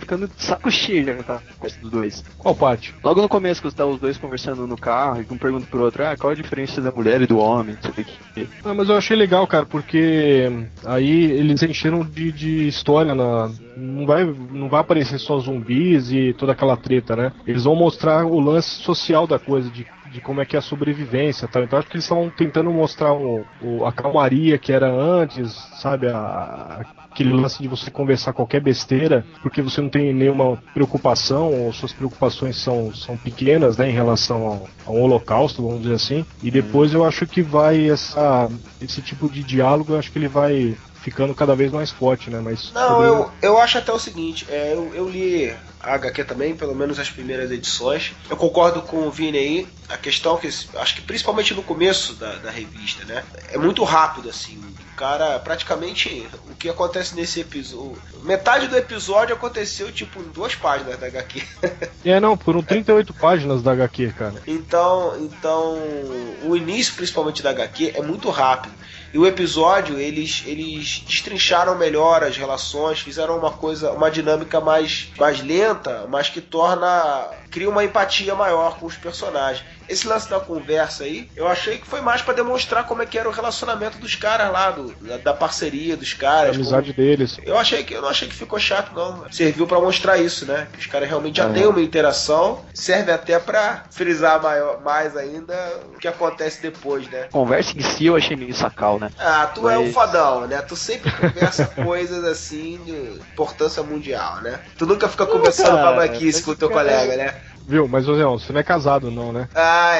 [SPEAKER 3] saco cheio de tá? Dos dois.
[SPEAKER 11] Qual parte?
[SPEAKER 3] Logo no começo, que estavam os dois conversando no carro, e um pergunta pro outro, qual a diferença da mulher e do homem? Não sei o que.
[SPEAKER 11] Mas eu achei legal, cara, porque aí eles encheram de história não vai aparecer só zumbis e toda aquela treta, né? Eles vão mostrar o lance social da coisa, de como é que é a sobrevivência, tá? Então acho que eles estão tentando mostrar a calmaria que era antes, sabe? Aquele lance de você conversar qualquer besteira, porque você não tem nenhuma preocupação, ou suas preocupações são pequenas, né, em relação ao holocausto, vamos dizer assim. E depois eu acho que esse tipo de diálogo, eu acho que ele vai ficando cada vez mais forte, né? Mas
[SPEAKER 2] não, eu acho até o seguinte, eu li a HQ também, pelo menos as primeiras edições. Eu concordo com o Vini aí, a questão que acho que principalmente no começo da revista, né? É muito rápido, assim. O cara, praticamente, o que acontece nesse episódio, metade do episódio aconteceu, tipo, em 2 páginas da HQ.
[SPEAKER 11] Foram 38 páginas da HQ, cara.
[SPEAKER 2] Então, o início, principalmente da HQ, é muito rápido. E o episódio, eles destrincharam melhor as relações, fizeram uma dinâmica mais lenta, mas que cria uma empatia maior com os personagens. Esse lance da conversa aí, eu achei que foi mais pra demonstrar como é que era o relacionamento dos caras lá, da parceria dos caras.
[SPEAKER 11] A amizade deles.
[SPEAKER 2] Eu não achei que ficou chato, não. Serviu pra mostrar isso, né? Que os caras realmente já têm uma interação, serve até pra frisar mais ainda o que acontece depois, né?
[SPEAKER 3] Conversa em si eu achei meio sacal, né?
[SPEAKER 2] Tu é um fodão, né? Tu sempre conversa coisas assim de importância mundial, né? Tu nunca fica conversando babaquice com o teu colega, né?
[SPEAKER 11] Viu, mas, ô Leão, você não é casado não, né?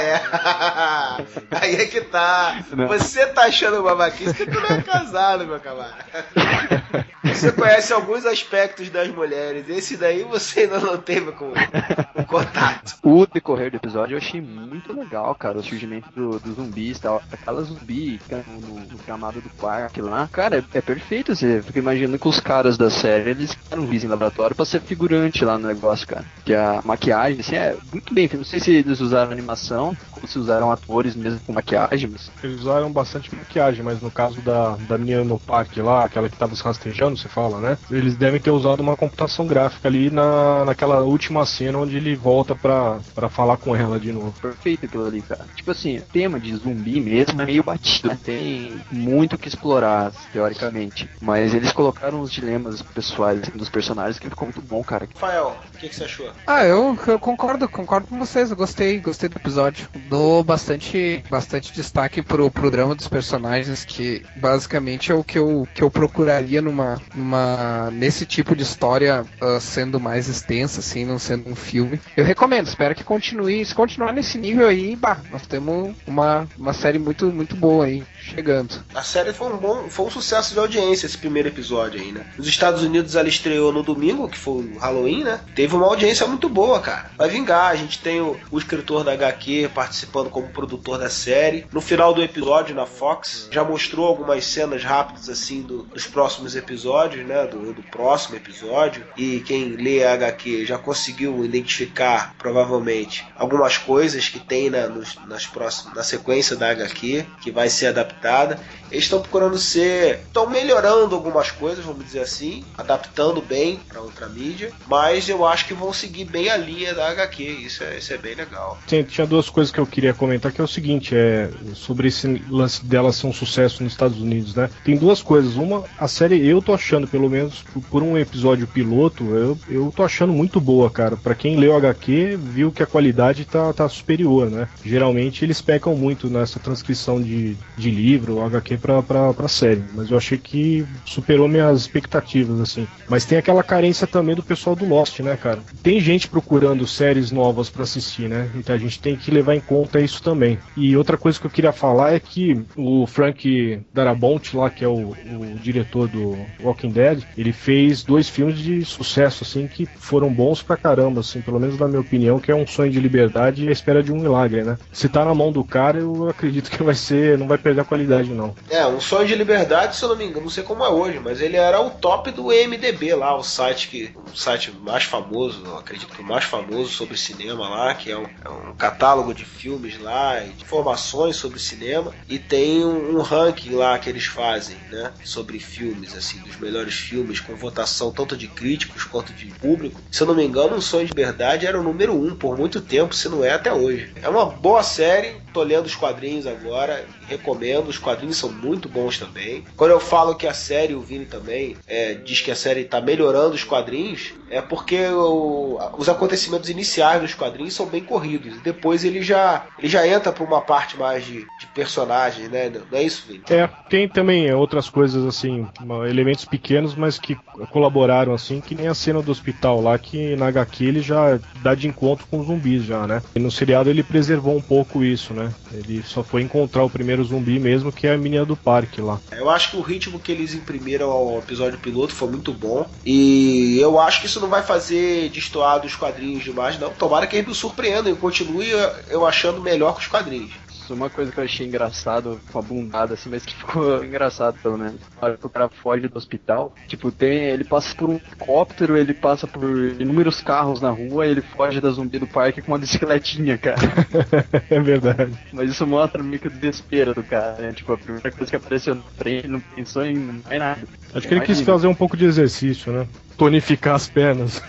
[SPEAKER 2] Aí é que tá. Não. Você tá achando babaquice que tu não é casado, meu camarada. Você conhece alguns aspectos das mulheres. Esse daí você ainda não teve com contato.
[SPEAKER 3] O decorrer do episódio eu achei muito legal, cara. O surgimento dos zumbis e tal. Aquela zumbi no gramado do parque lá. Cara, é perfeito. Você fica imaginando que os caras da série, eles ficaram zumbis em laboratório pra ser figurante lá no negócio, cara. Que a maquiagem, assim, muito bem. Não sei se eles usaram animação ou se usaram atores mesmo com maquiagem. Mas...
[SPEAKER 11] Eles usaram bastante maquiagem, mas no caso da menina no parque lá, aquela que tava se rastejando, você fala, né? Eles devem ter usado uma computação gráfica ali naquela última cena onde ele volta pra falar com ela de novo.
[SPEAKER 3] Perfeito aquilo ali, cara. Tipo assim, o tema de zumbi mesmo é meio batido, né? Tem muito o que explorar, teoricamente. Mas eles colocaram os dilemas pessoais assim, dos personagens que ficou muito bom, cara.
[SPEAKER 2] Rafael, o que você achou?
[SPEAKER 4] Eu concordo com vocês. Eu gostei do episódio. Dou bastante destaque pro drama dos personagens, que basicamente é o que eu procuraria nesse tipo de história, sendo mais extensa, assim, não sendo um filme. Eu recomendo, espero que continue. Se continuar nesse nível aí, nós temos uma série muito, muito boa aí, chegando.
[SPEAKER 2] A série foi um sucesso de audiência, esse primeiro episódio aí, né? Nos Estados Unidos ela estreou no domingo, que foi o Halloween, né? Teve uma audiência muito boa, cara. Vai vingar, a gente tem o escritor da HQ participando como produtor da série. No final do episódio, na Fox, já mostrou algumas cenas rápidas, assim, dos próximos episódios, né? Do próximo episódio. E quem lê a HQ já conseguiu identificar, provavelmente, algumas coisas que tem na sequência da HQ, que vai ser adaptada. Eles estão estão melhorando algumas coisas, vamos dizer assim, adaptando bem para outra mídia, mas eu acho que vão seguir bem a linha da HQ, isso é bem legal.
[SPEAKER 11] Tinha 2 coisas que eu queria comentar, que é o seguinte, sobre esse lance dela ser um sucesso nos Estados Unidos, né? Tem 2 coisas. Uma, a série eu tô achando, pelo menos por um episódio piloto, eu tô achando muito boa, cara. Pra quem leu HQ, viu que a qualidade tá superior, né? Geralmente eles pecam muito nessa transcrição de livro, HQ pra série, mas eu achei que superou minhas expectativas, assim. Mas tem aquela carência também do pessoal do Lost, né, cara? Tem gente procurando séries novas pra assistir, né? Então a gente tem que levar em conta isso também. E outra coisa que eu queria falar é que o Frank Darabont lá, que é o diretor do Walking Dead, ele fez 2 filmes de sucesso, assim, que foram bons pra caramba, assim, pelo menos na minha opinião, que é Um Sonho de Liberdade e A Espera de um Milagre, né? Se tá na mão do cara, eu acredito que não vai perder a qualidade, não.
[SPEAKER 2] Um Sonho de Liberdade, se eu não me engano, não sei como é hoje, mas ele era o top do IMDb lá, o site mais famoso, eu acredito que o mais famoso sobre cinema lá, que é um catálogo de filmes lá, de informações sobre cinema, e tem um ranking lá que eles fazem, né, sobre filmes, assim, dos melhores filmes, com votação tanto de críticos quanto de público. Se eu não me engano, Um Sonho de Liberdade era o número 1 por muito tempo, se não é até hoje. É uma boa série, tô lendo os quadrinhos agora, recomendo, os quadrinhos são muito bons também. Quando eu falo que a série, o Vini também diz que a série tá melhorando os quadrinhos, é porque os acontecimentos iniciais dos quadrinhos são bem corridos, e depois ele já entra pra uma parte mais de personagens, né? Não é isso, Vini?
[SPEAKER 11] Tem também outras coisas assim, elementos pequenos, mas que colaboraram assim, que nem a cena do hospital lá, que na HQ ele já dá de encontro com zumbis já, né? E no seriado ele preservou um pouco isso, né? Ele só foi encontrar o primeiro zumbi mesmo, que é a menina do parque lá.
[SPEAKER 2] Eu acho que o ritmo que eles imprimiram ao episódio piloto foi muito bom, e eu acho que isso não vai fazer destoar dos quadrinhos demais, não. Tomara que eles me surpreendam e continue eu achando melhor que os quadrinhos.
[SPEAKER 3] Uma coisa que eu achei engraçado, com a bundada assim, mas que ficou engraçado pelo menos. Na hora que o cara foge do hospital, tipo, ele passa por um helicóptero, ele passa por inúmeros carros na rua, e ele foge da zumbi do parque com uma bicicletinha, cara.
[SPEAKER 11] É verdade.
[SPEAKER 3] Mas isso mostra meio que o desespero do cara, né? Tipo, a primeira coisa que apareceu na frente, não pensou em mais nada.
[SPEAKER 11] Acho que ele quis fazer um pouco de exercício, né? Tonificar as pernas.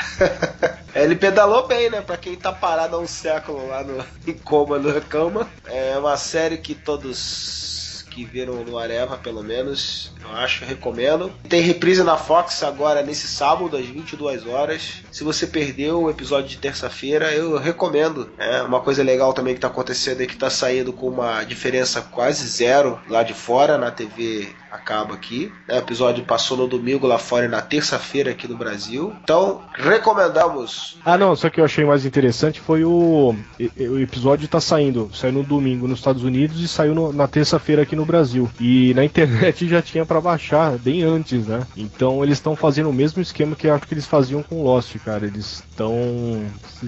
[SPEAKER 2] Ele pedalou bem, né? Pra quem tá parado há um século lá em coma na cama. É uma série que todos que viram no Areva, pelo menos, eu acho, recomendo. Tem reprise na Fox agora nesse sábado, às 22 horas. Se você perdeu o episódio de terça-feira, eu recomendo. É uma coisa legal também que tá acontecendo é que tá saindo com uma diferença quase zero lá de fora, na TV acaba aqui. O episódio passou no domingo lá fora e na terça-feira aqui no Brasil. Então, recomendamos.
[SPEAKER 11] Não, só que eu achei mais interessante foi o episódio tá saiu no domingo nos Estados Unidos e saiu na terça-feira aqui no Brasil. E na internet já tinha pra baixar bem antes, né? Então eles estão fazendo o mesmo esquema que eu acho que eles faziam com Lost, cara. Eles estão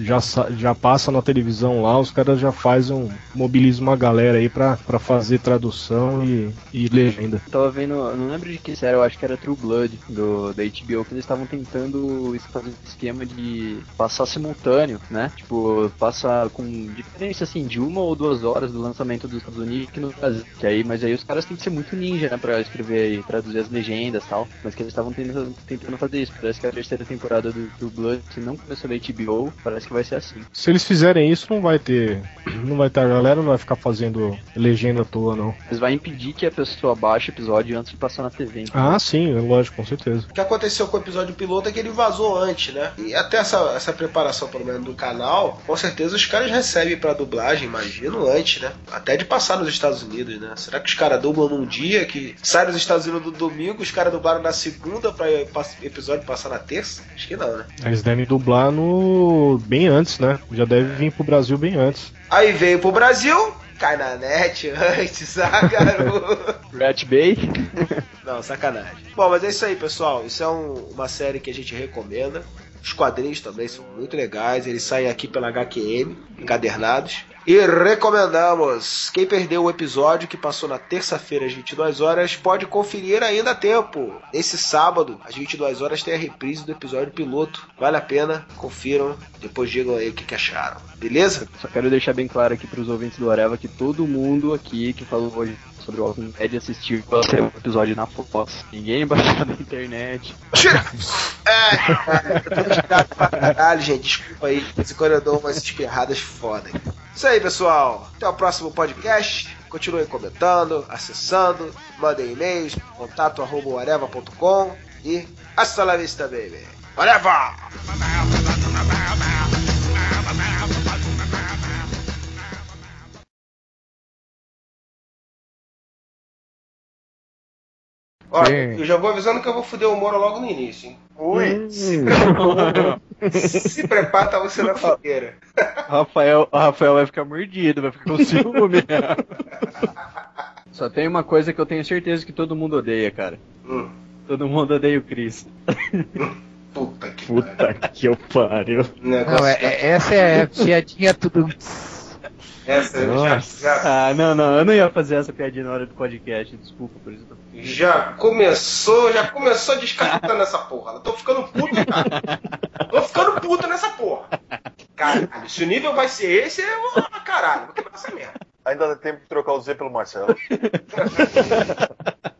[SPEAKER 11] já passa na televisão lá, os caras já mobilizam uma galera aí pra fazer tradução e legenda.
[SPEAKER 3] Tava vendo, não lembro de que série, eu acho que era True Blood da HBO, que eles estavam tentando fazer um esquema de passar simultâneo, né? Tipo, passa com diferença assim de 1 ou 2 horas do lançamento dos Estados Unidos aqui no Brasil. Mas aí os caras têm que ser muito ninja, né? Pra escrever e traduzir as legendas e tal. Mas que eles estavam tentando fazer isso. Parece que a terceira temporada do True Blood, se não começou na HBO, parece que vai ser assim.
[SPEAKER 11] Se eles fizerem isso, não vai ter. A galera não vai ficar fazendo legenda à toa, não.
[SPEAKER 3] Mas vai impedir que a pessoa baixe o episódio antes de passar na TV. Então.
[SPEAKER 11] Sim, lógico, com certeza.
[SPEAKER 2] O que aconteceu com o episódio piloto é que ele vazou antes, né? E até essa preparação, pelo menos, do canal, com certeza os caras recebem pra dublagem, imagino, antes, né? Até de passar nos Estados Unidos, né? Será que os caras dublam num dia que sai nos Estados Unidos no domingo, os caras dublaram na segunda pra episódio passar na terça? Acho que não, né?
[SPEAKER 11] Eles devem dublar bem antes, né? Já deve vir pro Brasil bem antes.
[SPEAKER 2] Aí veio pro Brasil, cai na net antes, garoto.
[SPEAKER 3] Rat Bay.
[SPEAKER 2] Não, sacanagem. Bom, mas é isso aí, pessoal. Isso é uma série que a gente recomenda. Os quadrinhos também são muito legais. Eles saem aqui pela HQM, encadernados. E recomendamos. Quem perdeu o episódio que passou na terça-feira às 22 horas pode conferir ainda a tempo. Nesse sábado, às 22 horas, tem a reprise do episódio piloto. Vale a pena, confiram. Depois digam aí o que acharam. Beleza?
[SPEAKER 3] Só quero deixar bem claro aqui para os ouvintes do Areva que todo mundo aqui que falou hoje sobre o Walking Dead assistiu o episódio na Fox. Ninguém baixou na internet.
[SPEAKER 2] Tira! Eu tô tirado pra caralho, gente. Desculpa aí. Esse quando eu dou umas espirradas foda. Isso aí, pessoal. Até o próximo podcast. Continuem comentando, acessando, mandem e-mails, contato@areva.com e hasta la vista, baby. Areva! Olha, eu já vou avisando que eu vou foder o Moro logo no início, hein?
[SPEAKER 6] Ui!
[SPEAKER 2] Se prepara, tá você na fogueira.
[SPEAKER 3] O Rafael vai ficar mordido, vai ficar com ciúme. Só tem uma coisa que eu tenho certeza que todo mundo odeia, cara. Todo mundo odeia o Chris.
[SPEAKER 2] Puta
[SPEAKER 11] que eu pariu.
[SPEAKER 4] Essa é a piadinha tudo...
[SPEAKER 2] Essa eu
[SPEAKER 3] não, eu não ia fazer essa piadinha na hora do podcast, desculpa por isso.
[SPEAKER 2] Já começou descartando essa porra. Eu tô ficando puto, cara. Tô ficando puto nessa porra. Caralho, se o nível vai ser esse, caralho, vou quebrar essa merda.
[SPEAKER 6] Ainda dá tempo de trocar o Z pelo Marcelo.